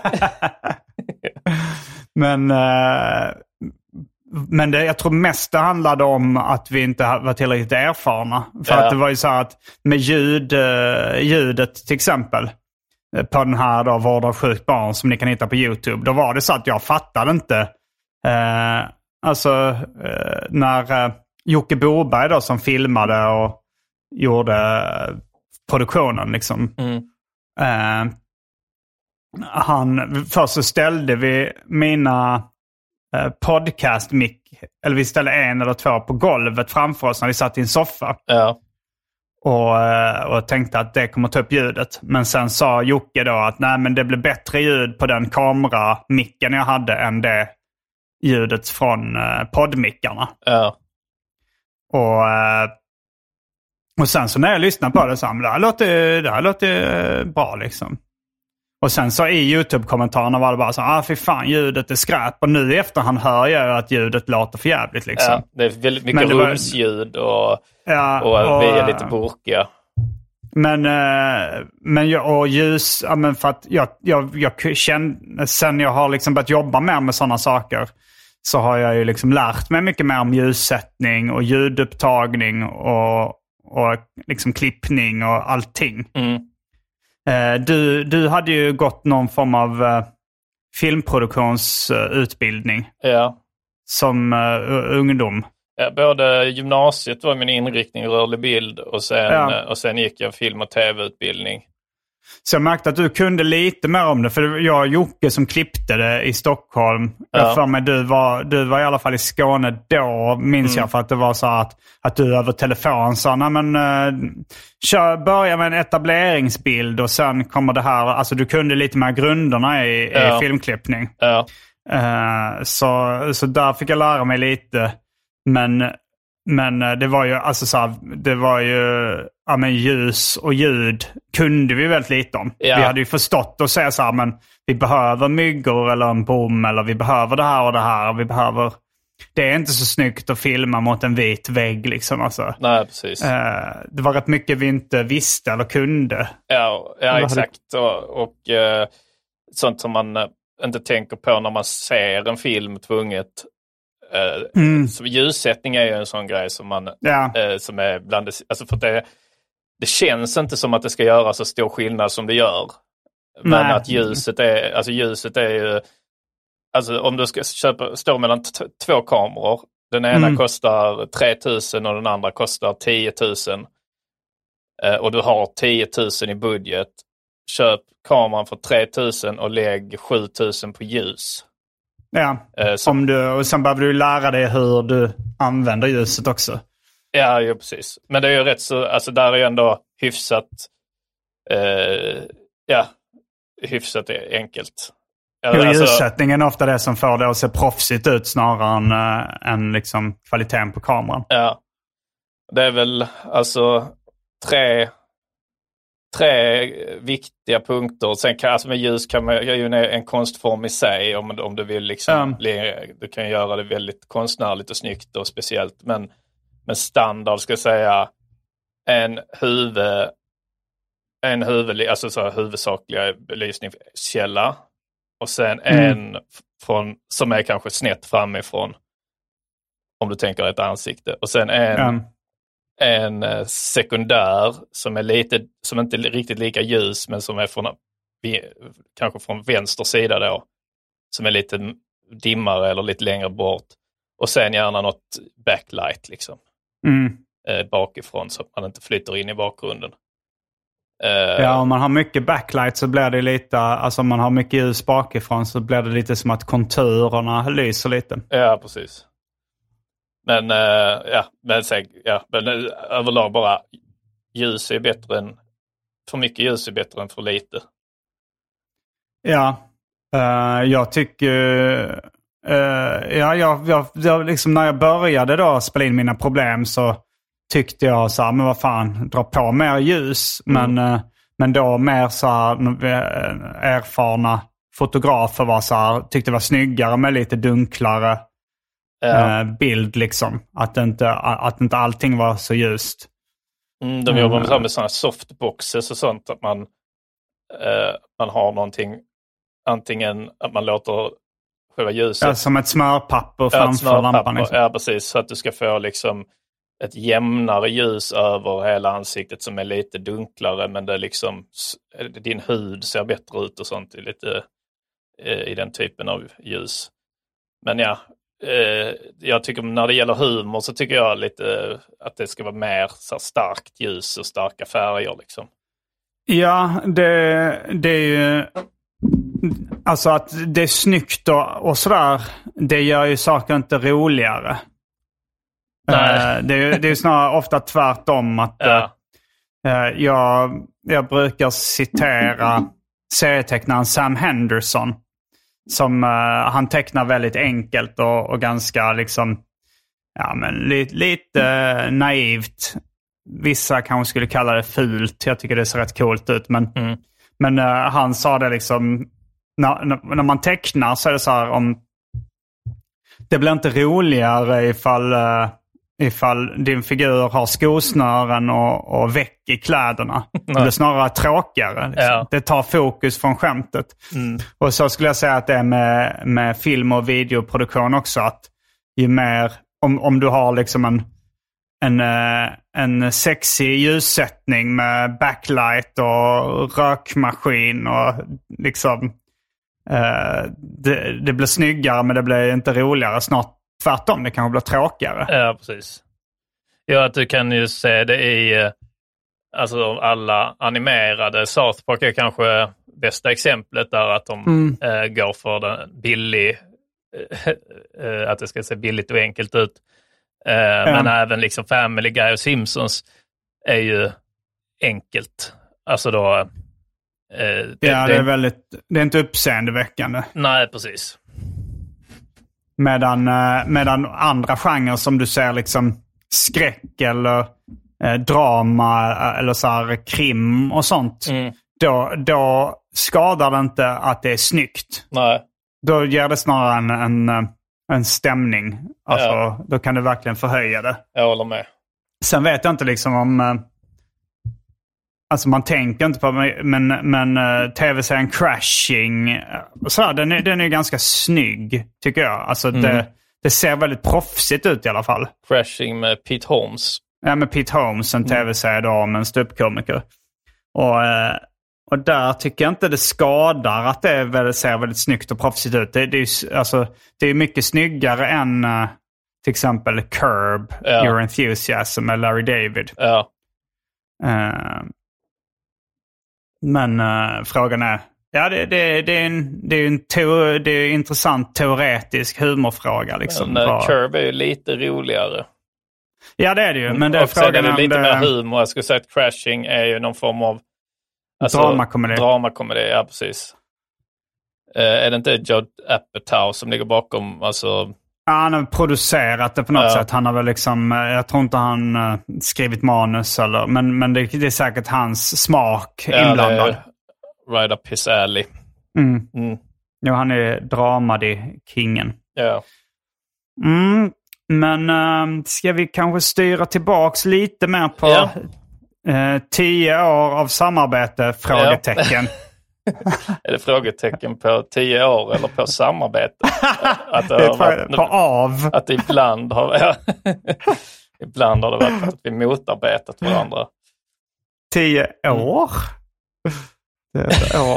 men uh, men det, jag tror mest det handlade om att vi inte var tillräckligt erfarna. För ja. att det var ju så att med ljud, uh, ljudet till exempel på den här då, Vård av sjukt barn som ni kan hitta på YouTube. Då var det så att jag fattade inte. Uh, alltså uh, när uh, Jocke Boberg då som filmade och gjorde uh, produktionen liksom. Mm. Uh, han, först så ställde vi mina uh, podcast-mic, eller vi ställde en eller två på golvet framför oss när vi satt i en soffa. Ja. Och, uh, och tänkte att det kommer ta upp ljudet. Men sen sa Jocke då att nej, men det blir bättre ljud på den kameramicken jag hade än det ljudet från uh, poddmickarna. Ja. Och uh, Och sen så när jag lyssnade på det så här, det här låter, det här låter bra liksom. Och sen så i YouTube-kommentarerna var det bara så ah fy fan, ljudet är skräp. Och nu i efterhand hör jag att ljudet låter för jävligt liksom. Ja, det är väldigt mycket rumsljud och, ja, och, och vi är och, lite burkiga. Men, men jag, och ljus, ja, men för att jag, jag, jag känner, sen jag har liksom börjat jobba mer med sådana saker så har jag ju liksom lärt mig mycket mer om ljussättning och ljudupptagning och och liksom klippning och allting. Mm. Eh, du, du hade ju gått någon form av eh, filmproduktionsutbildning ja. som uh, ungdom. Ja, både gymnasiet var min inriktning rörlig bild och sen, ja. och sen gick jag film- och tv-utbildning. Så jag märkte att du kunde lite mer om det. För jag och Jocke som klippte det i Stockholm. Ja. Jag för mig du var, du var i alla fall i Skåne då, minns mm. jag. För att det var så att, att du över telefon sa, nej men uh, kör, börja med en etableringsbild och sen kommer det här. Alltså du kunde lite mer grunderna i, ja. i filmklippning. Ja. Uh, så, så där fick jag lära mig lite. Men... Men det var ju alltså så här, det var ju ja, men ljus och ljud kunde vi väldigt lite om. Ja. Vi hade ju förstått och säga så här, men vi behöver myggor eller en bom eller vi behöver det här och det här. Vi behöver... Det är inte så snyggt att filma mot en vit vägg liksom. Alltså. Nej, precis. Eh, det var rätt mycket vi inte visste eller kunde. Ja, ja exakt. Hade... Och, och eh, sånt som man eh, inte tänker på när man ser en film tvunget. Mm. Så ljussättning är ju en sån grej som man ja. eh, som är bland det, alltså för det, det känns inte som att det ska göra så stor skillnad som det gör. Men Nej. att ljuset är alltså ljuset är ju alltså om du ska köpa stå mellan t- två kameror, den ena mm. kostar tre tusen och den andra kostar tio tusen. Eh, och du har tio tusen i budget. Köp kameran för tre tusen och lägg sju tusen på ljus. Ja, eh, så, om du, och sen behöver du lära dig hur du använder ljuset också. Ja, ja, precis. Men det är ju rätt så, alltså där är ju ändå hyfsat, eh, ja, hyfsat enkelt. Alltså, ljussättningen är ofta det som får det att se proffsigt ut snarare än, äh, än liksom kvaliteten på kameran. Ja, det är väl alltså tre... Tre viktiga punkter. Sen kan, alltså med ljus kan man göra ju en, en konstform i sig om, om du vill liksom, mm. du kan göra det väldigt konstnärligt och snyggt och speciellt. Men, men standard ska jag säga en huvud en huvud, alltså så huvudsakliga belysningskälla och sen mm. en från, som är kanske snett framifrån om du tänker ett ansikte och sen en mm. en sekundär som är lite som inte är riktigt lika ljus men som är från kanske från vänster sida då som är lite dimmare eller lite längre bort och sen gärna något backlight liksom mm. eh, bakifrån så att man inte flyttar in i bakgrunden. Eh, ja, om man har mycket backlight så blir det lite, alltså om man har mycket ljus bakifrån så blir det lite som att konturerna lyser lite. Ja, precis. Men, uh, ja, men, ja, men uh, överlag bara ljus är bättre än för mycket ljus är bättre än för lite. Ja, uh, jag tycker uh, ja, jag, jag, jag liksom när jag började då spela in mina problem så tyckte jag så här, men vad fan, dra på mer ljus. Mm. Men, uh, men då mer så här erfarna fotografer var så här, tyckte det var snyggare med lite dunklare Ja. bild liksom. Att inte, att inte allting var så ljust. Mm, de jobbar med, mm. med sådana softboxes och sånt. Att man, eh, man har någonting. Antingen att man låter själva ljuset. Ja, som ett smörpapper framför ja, lampan. Liksom. Ja, precis. Så att du ska få liksom ett jämnare ljus över hela ansiktet som är lite dunklare. Men det liksom, din hud ser bättre ut och sånt. Lite eh, i den typen av ljus. Men ja. Uh, jag tycker när det gäller humor så tycker jag lite att det ska vara mer så starkt ljus och starka färger liksom. Ja, det, det är ju alltså att det är snyggt och, och sådär, det gör ju saker inte roligare. Nej. Uh, det, är, det är snarare ofta tvärtom att ja. uh, jag, jag brukar citera serietecknaren Sam Henderson. Som uh, han tecknar väldigt enkelt och, och ganska liksom ja men lite, lite uh, naivt. Vissa kanske skulle kalla det fult. Jag tycker det ser rätt coolt ut. Men, mm. men uh, han sa det liksom när, när man tecknar så är det så här om det blir inte roligare ifall, uh, ifall din figur har skosnören och, och väck i kläderna. Det blir snarare tråkigare. Liksom. Ja. Det tar fokus från skämtet. Mm. Och så skulle jag säga att det är med, med film- och videoproduktion också. Att ju mer, om, om du har liksom en, en, en sexig ljussättning med backlight och rökmaskin och liksom eh, det, det blir snyggare men det blir inte roligare. Snart tvärtom, det kanske blir tråkigare. Ja, precis. Ja, att du kan ju se det i alltså alla animerade. South Park är kanske bästa exemplet där att de mm. äh, går för den billig, äh, att det ska se billigt och enkelt ut. Äh, ja. Men även liksom Family Guy och Simpsons är ju enkelt. Alltså då... Äh, det, ja, det är väldigt... Det är inte uppseendeväckande. Nej, precis. Medan, medan andra genrer som du ser liksom skräck eller eh, drama eller så här krim och sånt. Mm. Då, då skadar det inte att det är snyggt. Nej. Då ger det snarare en, en, en stämning. Alltså, ja. Då kan du verkligen förhöja det. Jag håller med. Sen vet jag inte liksom om... Alltså man tänker inte på men, men uh, tv-serien Crashing, så här, den, är, den är ganska snygg tycker jag. Alltså mm. det, det ser väldigt proffsigt ut i alla fall. Crashing med Pete Holmes. Ja, med Pete Holmes, en tv-serie då om en ståuppkomiker. Och, uh, och där tycker jag inte det skadar att det väl, ser väldigt snyggt och proffsigt ut. Det, det, är, alltså, det är mycket snyggare än uh, till exempel Curb, ja. Your Enthusiasm med Larry David. Ja. Uh, Men uh, frågan är... Ja, det, det, det är en, det är en teori, det är en intressant teoretisk humorfråga. Liksom. Men uh, Curb är ju lite roligare. Ja, det är det ju. Men det är och frågan är det lite det... mer humor. Jag skulle säga att Crashing är ju någon form av... Alltså, dramakomedi. Dramakomedi, ja precis. Uh, är det inte Judd Apatow som ligger bakom... Alltså... Ja, han har producerat det på något ja. sätt. Han har väl liksom... Jag tror inte han uh, skrivit manus eller... Men, men det, det är säkert hans smak ja, inblandad. Det är right up his alley. Mm. Mm. Jo, han är dramadi-kingen. Ja. Mm. Men uh, ska vi kanske styra tillbaks lite mer på ja. uh, tio år av samarbete? Frågetecken. Ja. Är det frågetecken på tio år eller på samarbete? Att det det är varit, på av. Att det ibland har, ja, ibland har det varit att vi motarbetat varandra. Tio år? Mm. Det är år.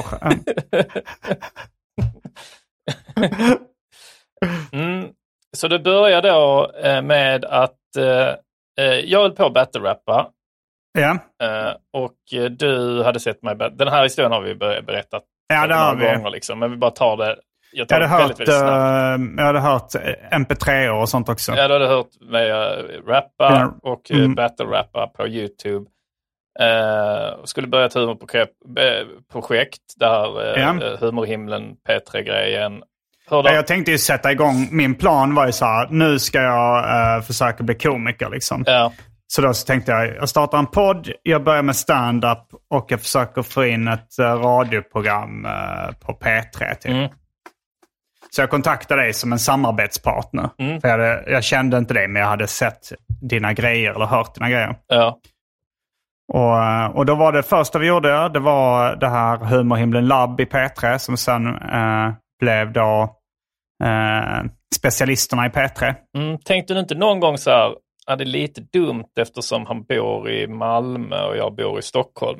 mm. Så det börjar då med att eh, jag höll på att battle-rappa. Ja. Uh, och du hade sett mig... Den här historien har vi berättat ja, det har vi. gånger liksom. Men vi bara tar det... Jag, tar jag, hade det väldigt, hört, väldigt snabbt. Uh, jag hade hört M P tre och sånt också. Ja, du hade hört mig uh, rappa mm. och uh, battle-rappa på YouTube. Uh, skulle börja ett humorprojekt där uh, ja. Humorhimlen P tre-grejen. Ja, jag tänkte ju sätta igång... Min plan var ju så här, nu ska jag uh, försöka bli komiker liksom. Ja. Så då så tänkte jag, jag startar en podd, jag börjar med stand-up och jag försöker få in ett uh, radioprogram uh, på P tre typ. Mm. Så jag kontaktade dig som en samarbetspartner. Mm. För jag, hade, jag kände inte dig, men jag hade sett dina grejer eller hört dina grejer. Ja. Och, och då var det första vi gjorde, det var det här Humorhimlen Lab i P tre som sen uh, blev då uh, specialisterna i P tre. Mm. Tänkte du inte någon gång så här, ja, det är lite dumt eftersom han bor i Malmö och jag bor i Stockholm.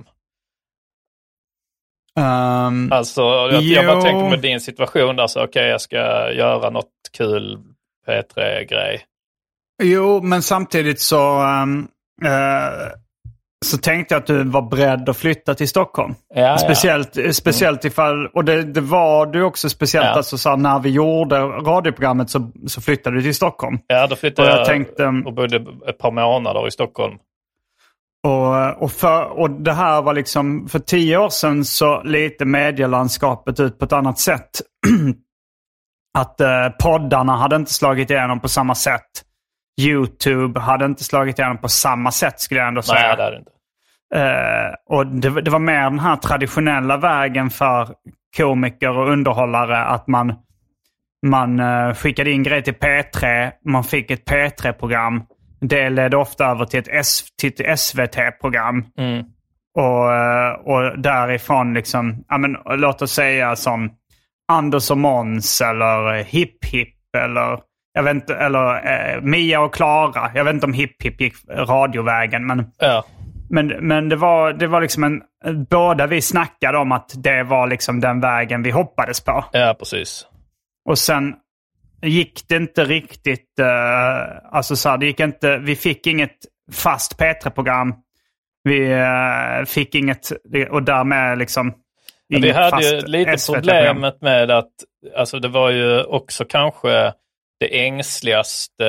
Um, alltså, jag, jag bara tänker med din situation där så okej, okay, jag ska göra något kul P tre-grej. Jo, men samtidigt så um, uh, så tänkte jag att du var beredd att flytta till Stockholm. Ja, speciellt ja. speciellt mm. ifall, och det, det var du också speciellt, ja. alltså så när vi gjorde radioprogrammet så, så flyttade du till Stockholm. Ja, då flyttade och jag, jag tänkte, och bodde ett par månader i Stockholm. Och, och, för, och det här var liksom, för tio år sedan så lite medielandskapet ut på ett annat sätt. Att eh, poddarna hade inte slagit igenom på samma sätt. YouTube hade inte slagit igenom på samma sätt, skulle jag ändå säga. Nej, det är det inte. Uh, och det, det var mer den här traditionella vägen för komiker och underhållare att man, man uh, skickade in grejer till P tre, man fick ett P tre-program. Det ledde ofta över till ett, S, till ett S V T-program. Mm. Och, uh, och därifrån liksom, ja, men, låt oss säga som Anders och Måns eller Hipp Hipp eller... Jag vet inte, eller eh, Mia och Klara. Jag vet inte om Hipp Hipp gick radiovägen. Men, ja. men, men det, var, det var liksom en... Båda vi snackade om att det var liksom den vägen vi hoppades på. Ja, precis. Och sen gick det inte riktigt... Eh, alltså så här, det gick inte... Vi fick inget fast P tre-program. Vi uh, fick inget, och därmed liksom inget vi hade ju lite S V T-program. Problemet med att alltså det var ju också kanske det ängsligaste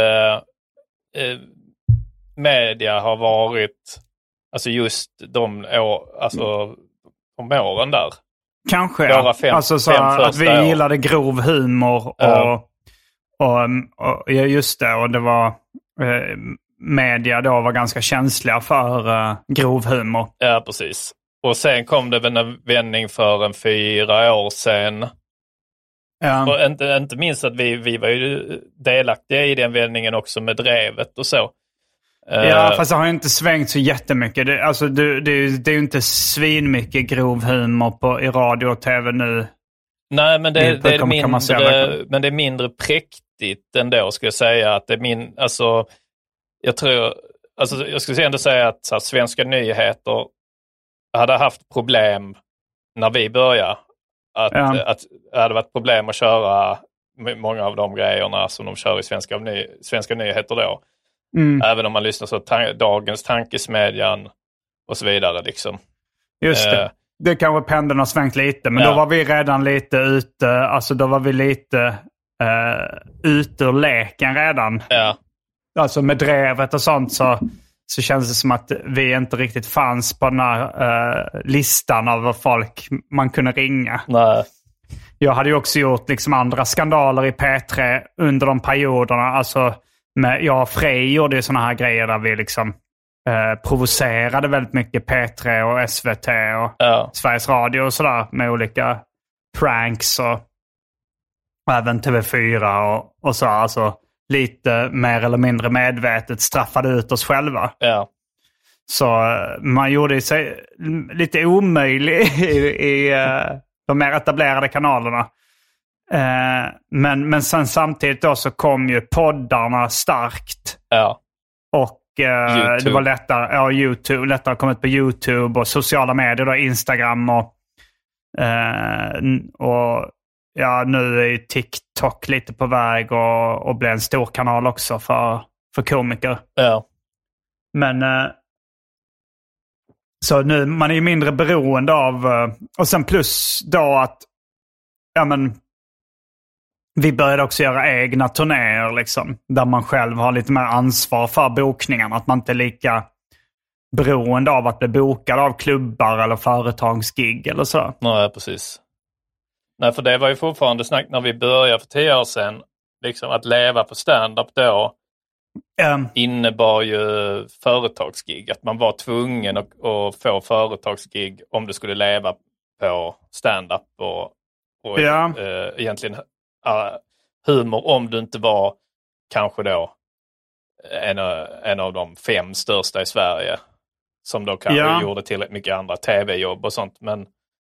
eh, media har varit alltså just de, år, alltså, de åren där. Kanske, ja. Fem, alltså så att vi år. gillade grov humor och, ja. och, och, och just det, och det var eh, media då var ganska känsliga för eh, grov humor. Ja, precis. Och sen kom det väl en vändning för en fyra år sedan. Ja. Och inte, inte minst att vi, vi var ju delaktiga i den vändningen också med drevet och så. Ja, fast det har ju inte svängt så jättemycket. Det, alltså, det, det, det är ju inte svinmycket grov humor på, i radio och tv nu. Nej, men det, det, det, är mindre, men det är mindre präktigt ändå, ska jag säga. Att det är min, alltså, jag tror, alltså, jag skulle ändå säga att så här, Svenska nyheter hade haft problem när vi började. Att, ja. att det hade varit problem att köra många av de grejerna som de kör i Svenska, ny, Svenska nyheter då. Mm. Även om man lyssnar så ta- dagens tankesmedjan och så vidare liksom. Just det. Eh. Det kanske pendeln har svängt lite, men ja. Då var vi redan lite ute, alltså då var vi lite uh, ute ur leken redan. Ja. Alltså med drevet och sånt så, så känns det som att vi inte riktigt fanns på den här uh, listan av folk man kunde ringa. Nej. Jag hade ju också gjort liksom andra skandaler i P tre under de perioderna, alltså med, jag och Frej gjorde ju såna här grejer där vi liksom eh, provocerade väldigt mycket P tre och S V T och ja. Sveriges Radio och sådär med olika pranks och, och även T V fyra och, och så. Alltså lite mer eller mindre medvetet straffade ut oss själva. Ja. Så man gjorde sig lite omöjlig i, i uh, de mer etablerade kanalerna. Uh, men, men sen samtidigt då så kom ju poddarna starkt. Ja. Och uh, det var lättare, ja, YouTube, lättare att komma ut på YouTube och sociala medier då, Instagram och, uh, och ja, nu är ju TikTok lite på väg och, och blir en stor kanal också för, för komiker. Ja. Men uh, så nu, man är ju mindre beroende av, uh, och sen plus då att ja men vi började också göra egna turnéer liksom, där man själv har lite mer ansvar för bokningarna. Att man inte är lika beroende av att bli bokad av klubbar eller företagsgig eller så. Nej, precis. Nej, för det var ju fortfarande snack när vi började för tio år sedan. Liksom att leva på stand-up då um, innebar ju företagsgig. Att man var tvungen att, att få företagsgig om du skulle leva på stand-up och, och ja. äh, egentligen Uh, humor om du inte var kanske då en, en av de fem största i Sverige som då kanske ja. gjorde tillräckligt mycket andra tv-jobb och sånt. Men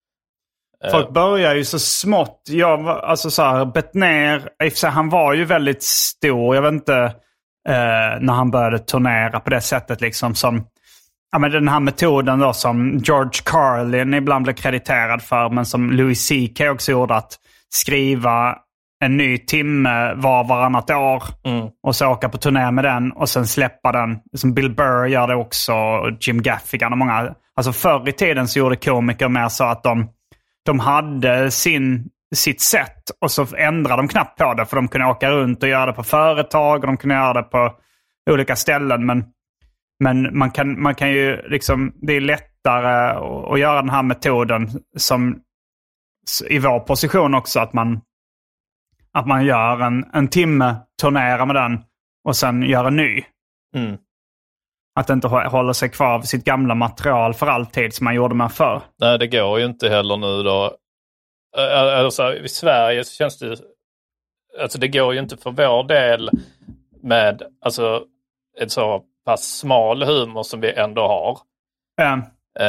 uh, folk börjar ju så smått. Jag var, alltså så här, Bettner, han var ju väldigt stor. Jag vet inte uh, när han började turnera på det sättet liksom som ja, men den här metoden då som George Carlin ibland blev krediterad för, men som Louis C K också gjorde, att skriva en ny timme var varannat år mm. och så åka på turné med den och sen släppa den. Som Bill Burr gör det också och Jim Gaffigan och många. Alltså förr i tiden så gjorde komiker mer så att de, de hade sin, sitt sätt och så ändrade de knappt på det, för de kunde åka runt och göra det på företag och de kunde göra det på olika ställen. Men, men man, kan, man kan ju liksom, det är lättare att, att göra den här metoden som i vår position också, att man Att man gör en, en timme, turnerar med den och sen gör en ny. Mm. Att inte hålla sig kvar vid sitt gamla material för alltid som man gjorde med förr. Nej, det går ju inte heller nu då. Alltså, i Sverige så känns det... Alltså det går ju inte för vår del med alltså, en så pass smal humor som vi ändå har. Mm.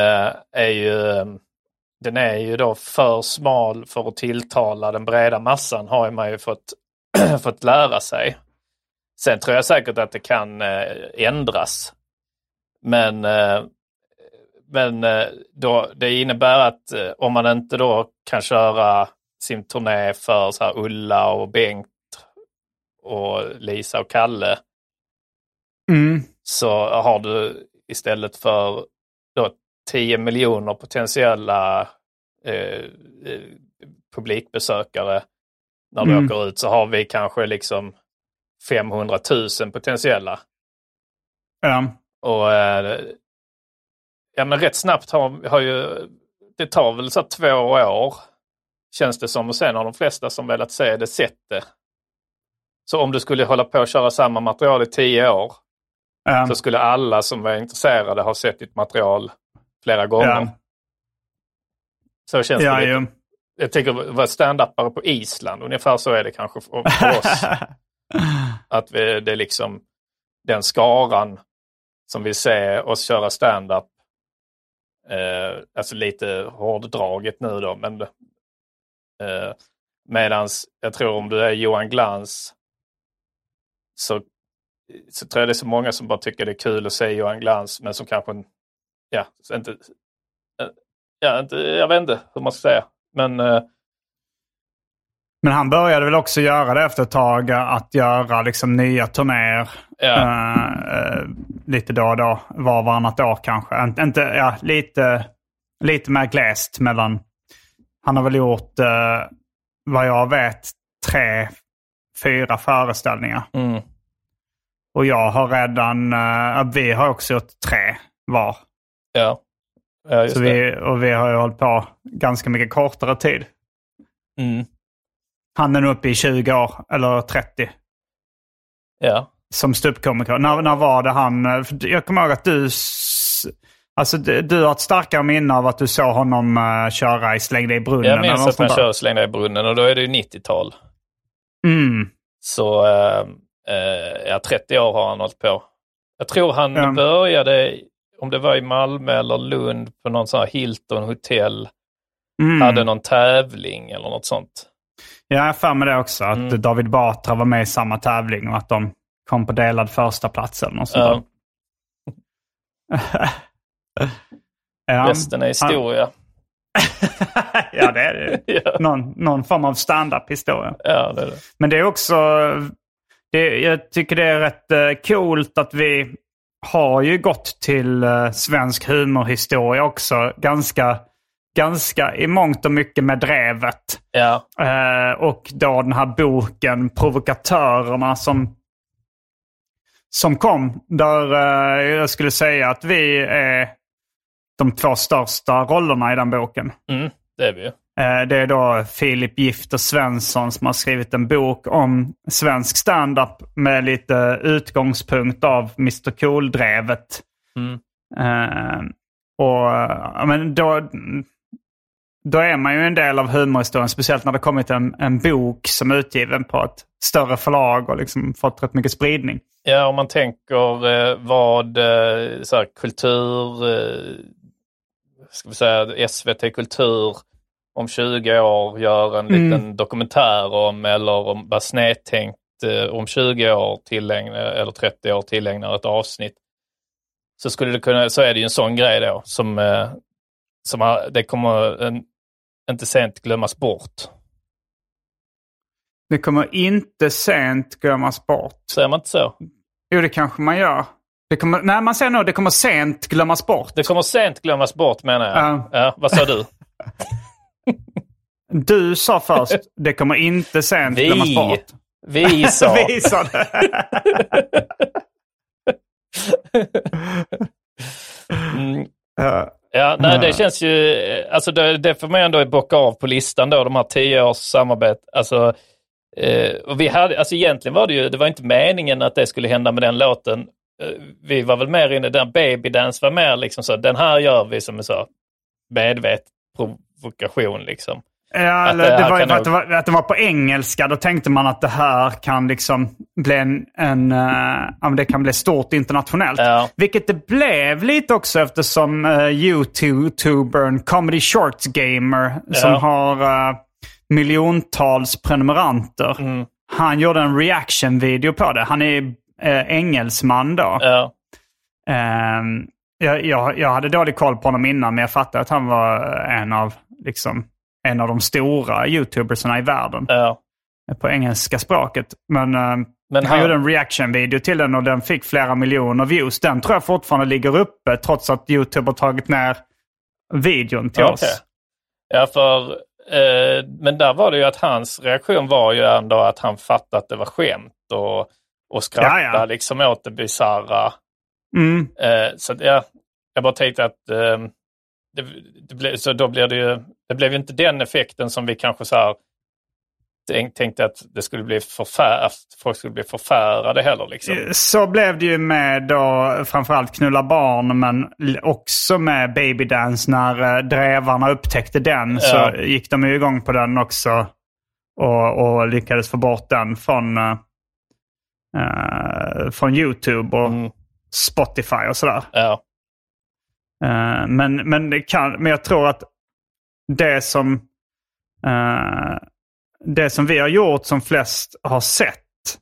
Är ju... Den är ju då för smal för att tilltala den breda massan, har man ju fått, fått lära sig. Sen tror jag säkert att det kan eh, ändras. Men, eh, men eh, då, det innebär att eh, om man inte då kan köra sin turné för så här Ulla och Bengt och Lisa och Kalle mm. så har du istället för då tio miljoner potentiella eh, publikbesökare när vi mm. åker ut, så har vi kanske liksom femhundratusen potentiella. Ja. Och eh, ja, men rätt snabbt har, har ju, det tar väl så två år känns det som, och sen har de flesta som velat se det sett det. Så om du skulle hålla på att köra samma material i tio år ja. så skulle alla som var intresserade ha sett ditt material flera gånger. Ja. Så känns ja, det lite. Ja. Jag tänker vara stand-upare på Island, ungefär så är det kanske för, för oss. Att vi, det är liksom den skaran som vill se oss köra stand-up. Eh, alltså lite hårddraget nu då, men eh, medans jag tror om du är Johan Glans så, så tror jag det är så många som bara tycker det är kul att se Johan Glans, men som kanske ja, inte, ja, inte jag vet inte hur man ska säga, men eh, men han började väl också göra det efter ett tag, att göra liksom nya turnéer ja. uh, uh, lite då och då, var varannat år kanske. Inte, ja, lite, lite mer gläst mellan. Han har väl gjort, uh, vad jag vet, tre, fyra föreställningar. Mm. Och jag har redan, uh, vi har också gjort tre var. Ja, ja just Så vi, och vi har ju hållit på ganska mycket kortare tid. Mm. Han är nu uppe i tjugo år, eller trettio. Ja. Som ståuppkomiker. När, när var det han... Jag kommer ihåg att du... Alltså du, du har ett starkare minne av att du såg honom uh, köra i Släng dig i brunnen. Jag minns att man kör Släng dig i brunnen, och då är det ju nittiotal. Mm. Så uh, uh, ja, trettio år har han hållit på. Jag tror han ja. började, om det var i Malmö eller Lund, på någon sån här Hilton hotell. Mm. Hade någon tävling eller något sånt. Ja, jag får med det också. Att mm. David Batra var med i samma tävling och att de kom på delad första plats eller något sånt ja. ja. Resten är historia. Ja, det är det. Ja. Någon, någon form av stand-up-historia. Ja, det är det. Men det är också... Det, jag tycker det är rätt uh, coolt att vi har ju gått till uh, svensk humorhistoria också. Ganska... Ganska i mångt och mycket med drevet. Ja. Eh, och då den här boken Provokatörerna som, som kom. Där eh, jag skulle säga att vi är de två största rollerna i den boken. Mm, det är vi ju. Eh, det är då Filip Gifter Svensson som har skrivit en bok om svensk stand-up med lite utgångspunkt av mister Cool-drevet. Mm. Eh, och men då... Då är man ju en del av humorhistorien, speciellt när det kommit en, en bok som är utgiven på ett större förlag och liksom fått rätt mycket spridning. Ja, om man tänker eh, vad eh, så här, kultur, eh, ska vi säga S V T Kultur om tjugo år gör en mm. liten dokumentär om, eller om vad snedtänkt eh, om tjugo år tillägnar, eller trettio år tillägnar ett avsnitt. Så skulle det kunna, så är det ju en sån grej då som, eh, som har, det kommer en, inte sent glömmas bort. Det kommer inte sent glömmas bort. Säger man inte så? Jo, det kanske man gör. Det kommer, nej, man säger nog det kommer sent glömmas bort. Det kommer sent glömmas bort, menar jag. Uh. Ja, vad sa du? Du sa först, det kommer inte sent vi, glömmas bort. Vi sa. Vi sa det. mm. uh. Ja, nej, det känns ju, alltså det, det får man ändå bocka av på listan då, de här tio års samarbete. Alltså, eh, och vi hade, alltså egentligen var det ju, det var inte meningen att det skulle hända med den låten. Eh, vi var väl mer inne, den Baby Dance var mer liksom så, den här gör vi som en så medvet provokation liksom. Ja, eller det, det var ju att, det var, att det var på engelska. Då tänkte man att det här kan liksom bli en, en uh, det kan bli stort internationellt. Ja. Vilket det blev lite också eftersom uh, YouTubern Comedy Shorts Gamer ja. som har uh, miljontals prenumeranter. Mm. Han gjorde en reaction-video på det. Han är uh, engelsman då. Ja. Uh, jag, jag, jag hade dålig koll på honom innan, men jag fattade att han var en av liksom en av de stora YouTubersarna i världen. Ja. På engelska språket. Men, uh, Men han gjorde en reaction-video till den och den fick flera miljoner views. Den tror jag fortfarande ligger uppe trots att YouTube har tagit ner videon till okay. oss. Ja, för eh, men där var det ju att hans reaktion var ju ändå att han fattade att det var skämt och, och skrattade ja, ja. liksom åt det bizarra. Mm. Eh, så ja, jag bara tänkte att eh, det, det ble, så då blev det ju, det blev ju inte den effekten som vi kanske så här tänkte att det skulle bli förfär, att folk skulle bli förfärade heller liksom. Så blev det ju med då framförallt Knulla barn, men också med Baby Dance när drevarna upptäckte den ja. så gick de ju igång på den också och, och lyckades få bort den från uh, från YouTube och mm. Spotify och sådär. Ja. Uh, men, men, det kan, men jag tror att det som uh, det som vi har gjort som flest har sett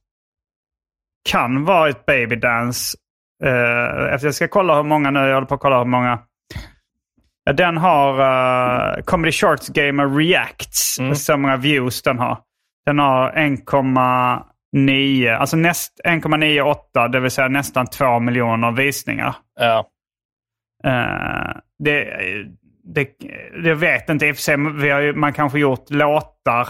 kan vara ett Baby Dance. Uh, efter jag ska kolla hur många nu. Jag håller på att kolla hur många. Ja, den har uh, Comedy Shorts Gamer Reacts. Mm. Så många views den har. Den har en komma nio. Alltså näst en komma nio åtta. Det vill säga nästan två miljoner visningar. Ja. Uh, det, det, det vet inte i och för sig. Vi har ju, man kanske gjort låtar.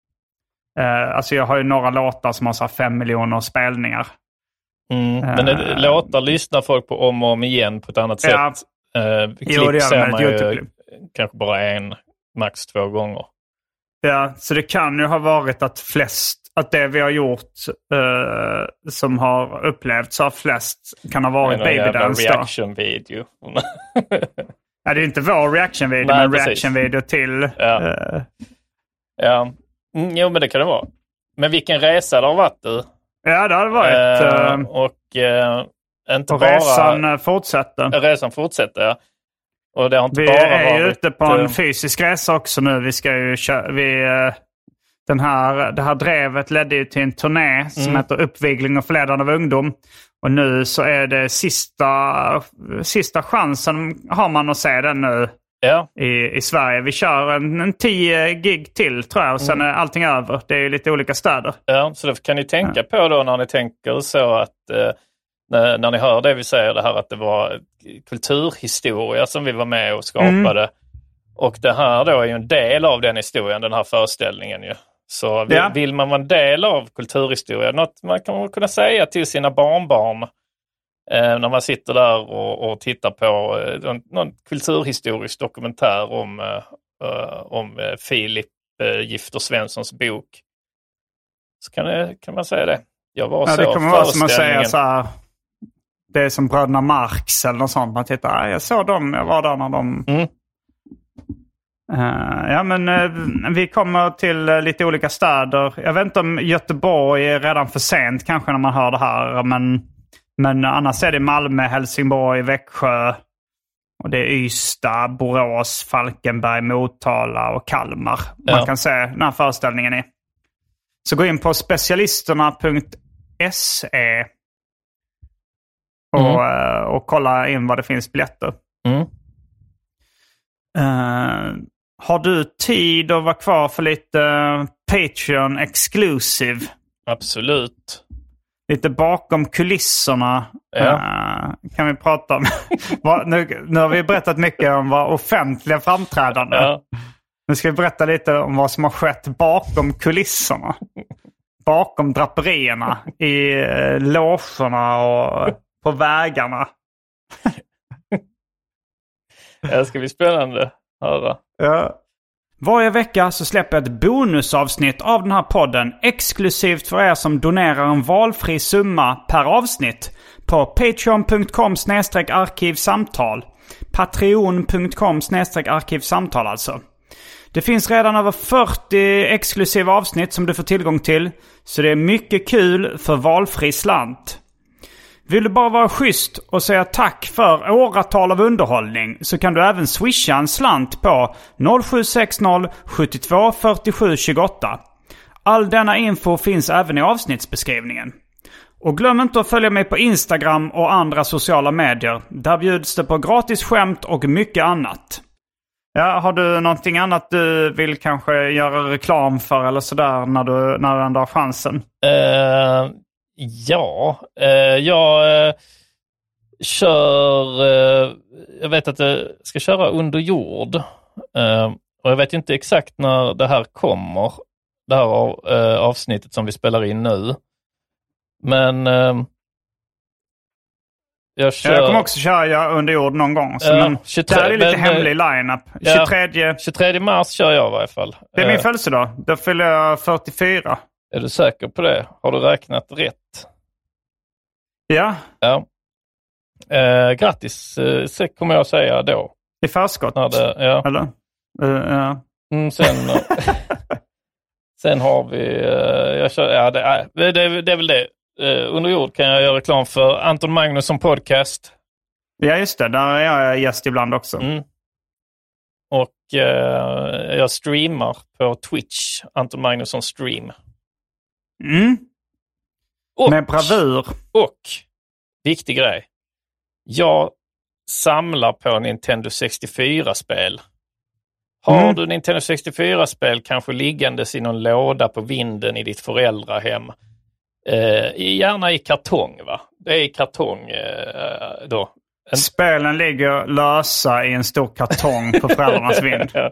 Uh, alltså jag har ju några låtar som har så fem miljoner spelningar. Mm, men det, uh, låtar lyssnar folk på om och om igen på ett annat ja, sätt. Uh, klipp jo, det ser man ju kanske bara en, max två gånger. Ja, så det kan ju ha varit att flest, att det vi har gjort uh, som har upplevts av flest kan ha varit Baby Dance. Reaction-video. Ja, det är inte vår reaction-video, Nej, men reaction-video till... Ja. Uh, ja. Mm, jo, men det kan det vara. Men vilken resa det har varit du? Ja, det har varit. Uh, uh, och uh, inte och bara... resan fortsätter. Resan fortsätter, ja. Och det har inte vi bara är ju varit, ute på en uh, fysisk resa också nu. Vi ska ju köra... Vi, uh, den här, det här drevet ledde ju till en turné som mm. heter Uppvigling och förledande av ungdom. Och nu så är det sista, sista chansen har man att se den nu. Ja. I, i Sverige. Vi kör en, en tio gig till tror jag och sen mm. är allting över. Det är ju lite olika städer. Ja, så det kan ni tänka ja. på då när ni tänker så att eh, när, när ni hör det vi säger det här att det var kulturhistoria som vi var med och skapade. Mm. Och det här då är ju en del av den historien, den här föreställningen ju. Så vill, ja. vill man vara en del av kulturhistoria, något man kan kunna säga till sina barnbarn Eh, när man sitter där och, och tittar på eh, någon, någon kulturhistorisk dokumentär om, eh, om eh, Filip eh, Gifter Svenssons bok. Så kan, det, kan man säga det. Jag var ja, så det kommer vara som att säga så här, det är som bröderna Marx eller något sånt. Man tittar, jag såg dem, jag var där när de... Mm. Uh, ja, men uh, vi kommer till uh, lite olika städer. Jag vet inte om Göteborg är redan för sent kanske när man hör det här, men... Men annars är det Malmö, Helsingborg, Växjö och det är Ystad, Borås, Falkenberg, Motala och Kalmar. Man ja. kan se den här föreställningen i. Så gå in på specialisterna punkt se och, mm. och kolla in vad det finns biljetter. Mm. Uh, har du tid att vara kvar för lite Patreon exclusive? Absolut. Lite bakom kulisserna ja. uh, kan vi prata om. nu, nu har vi berättat mycket om vad offentliga framträdande. Ja. Nu ska vi berätta lite om vad som har skett bakom kulisserna. Bakom draperierna i uh, logerna och på vägarna. Det ska bli spännande höra. Ja. Varje vecka så släpper jag ett bonusavsnitt av den här podden exklusivt för er som donerar en valfri summa per avsnitt på patreon punkt com snedstreck arkivsamtal. patreon punkt com snedstreck arkivsamtal alltså. Det finns redan över fyrtio exklusiva avsnitt som du får tillgång till, så det är mycket kul för valfri slant. Vill du bara vara schysst och säga tack för åratal av underhållning så kan du även swisha en slant på noll sju sex noll sju två fyra sju två åtta. All denna info finns även i avsnittsbeskrivningen. Och glöm inte att följa mig på Instagram och andra sociala medier. Där bjuds det på gratis skämt och mycket annat. Ja, har du någonting annat du vill kanske göra reklam för eller sådär när du, när du ändå har chansen? Uh... Ja, eh, jag, kör... Uh, jag vet att jag ska köra under jord. Uh, och jag vet inte exakt när det här kommer. Det här uh, avsnittet som vi spelar in nu. Men... Uh, Jag, kör... jag kommer också köra under jord någon gång. Så ja, men, tjugotre, det är lite men, hemlig line-up. tjugotredje Ja, tjugotredje mars kör jag i varje fall. Det är min födelsedag. Då fyller jag fyrtiofyra. Är du säker på det? Har du räknat rätt? Ja. Ja. Eh, grattis, eh, kommer jag säga då. I förskott? Det, ja. Eller? Uh, ja. Mm, sen, sen har vi... Eh, jag kör, ja, det, är, det, det är väl det. Uh, under jord kan jag göra reklam för Anton Magnusson podcast. Ja, just det. Där är jag gäst ibland också. Mm. Och uh, jag streamar på Twitch. Anton Magnusson stream. Mm. Och, med bravur. Och, viktig grej. Jag samlar på Nintendo sextiofyra-spel. Har mm. du Nintendo sextiofyra-spel kanske liggandes i någon låda på vinden i ditt föräldrahem? Uh, gärna i kartong, va? Det är i kartong uh, då. En... Spelen ligger lösa i en stor kartong på föräldrarnas vind. uh,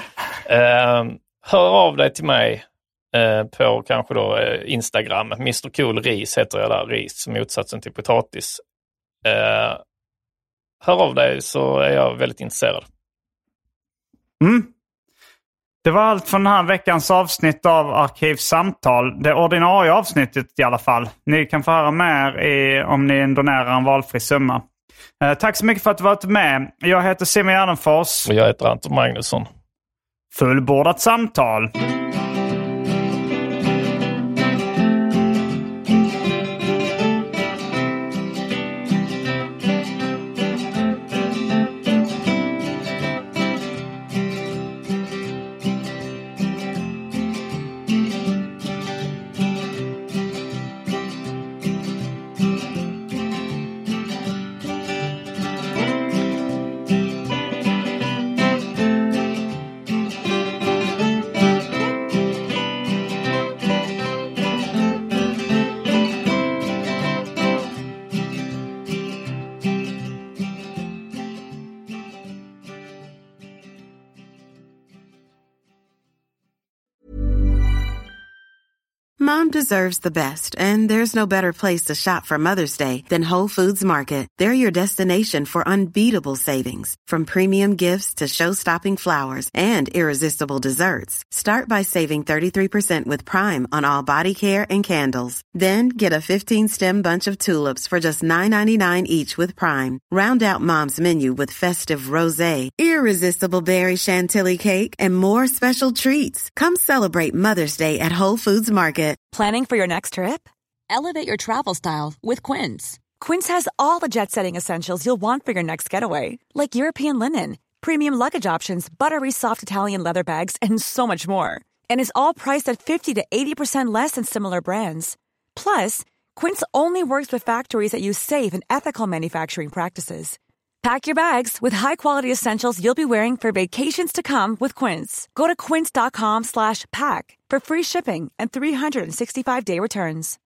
hör av dig till mig uh, på kanske då uh, Instagram. mister Cool Ris heter jag där. Ris, motsatsen till potatis. Uh, hör av dig så är jag väldigt intresserad. Mm. Det var allt från den här veckans avsnitt av Arkivsamtal. Det ordinarie avsnittet i alla fall. Ni kan få höra mer i, om ni donerar en valfri summa. Eh, tack så mycket för att du varit med. Jag heter Simon Gärdenfors. Och jag heter Anton Magnusson. Fullbordat samtal. Mom deserves the best, and there's no better place to shop for Mother's Day than Whole Foods Market. They're your destination for unbeatable savings, from premium gifts to show-stopping flowers and irresistible desserts. Start by saving thirty-three percent with Prime on all body care and candles. Then get a fifteen-stem bunch of tulips for just nine ninety-nine each with Prime. Round out Mom's menu with festive rosé, irresistible berry chantilly cake, and more special treats. Come celebrate Mother's Day at Whole Foods Market. Planning for your next trip? Elevate your travel style with Quince. Quince has all the jet-setting essentials you'll want for your next getaway, like European linen, premium luggage options, buttery soft Italian leather bags, and so much more. And is all priced at fifty to eighty percent less than similar brands. Plus, Quince only works with factories that use safe and ethical manufacturing practices. Pack your bags with high-quality essentials you'll be wearing for vacations to come with Quince. Go to quince.com slash pack for free shipping and three sixty-five day returns.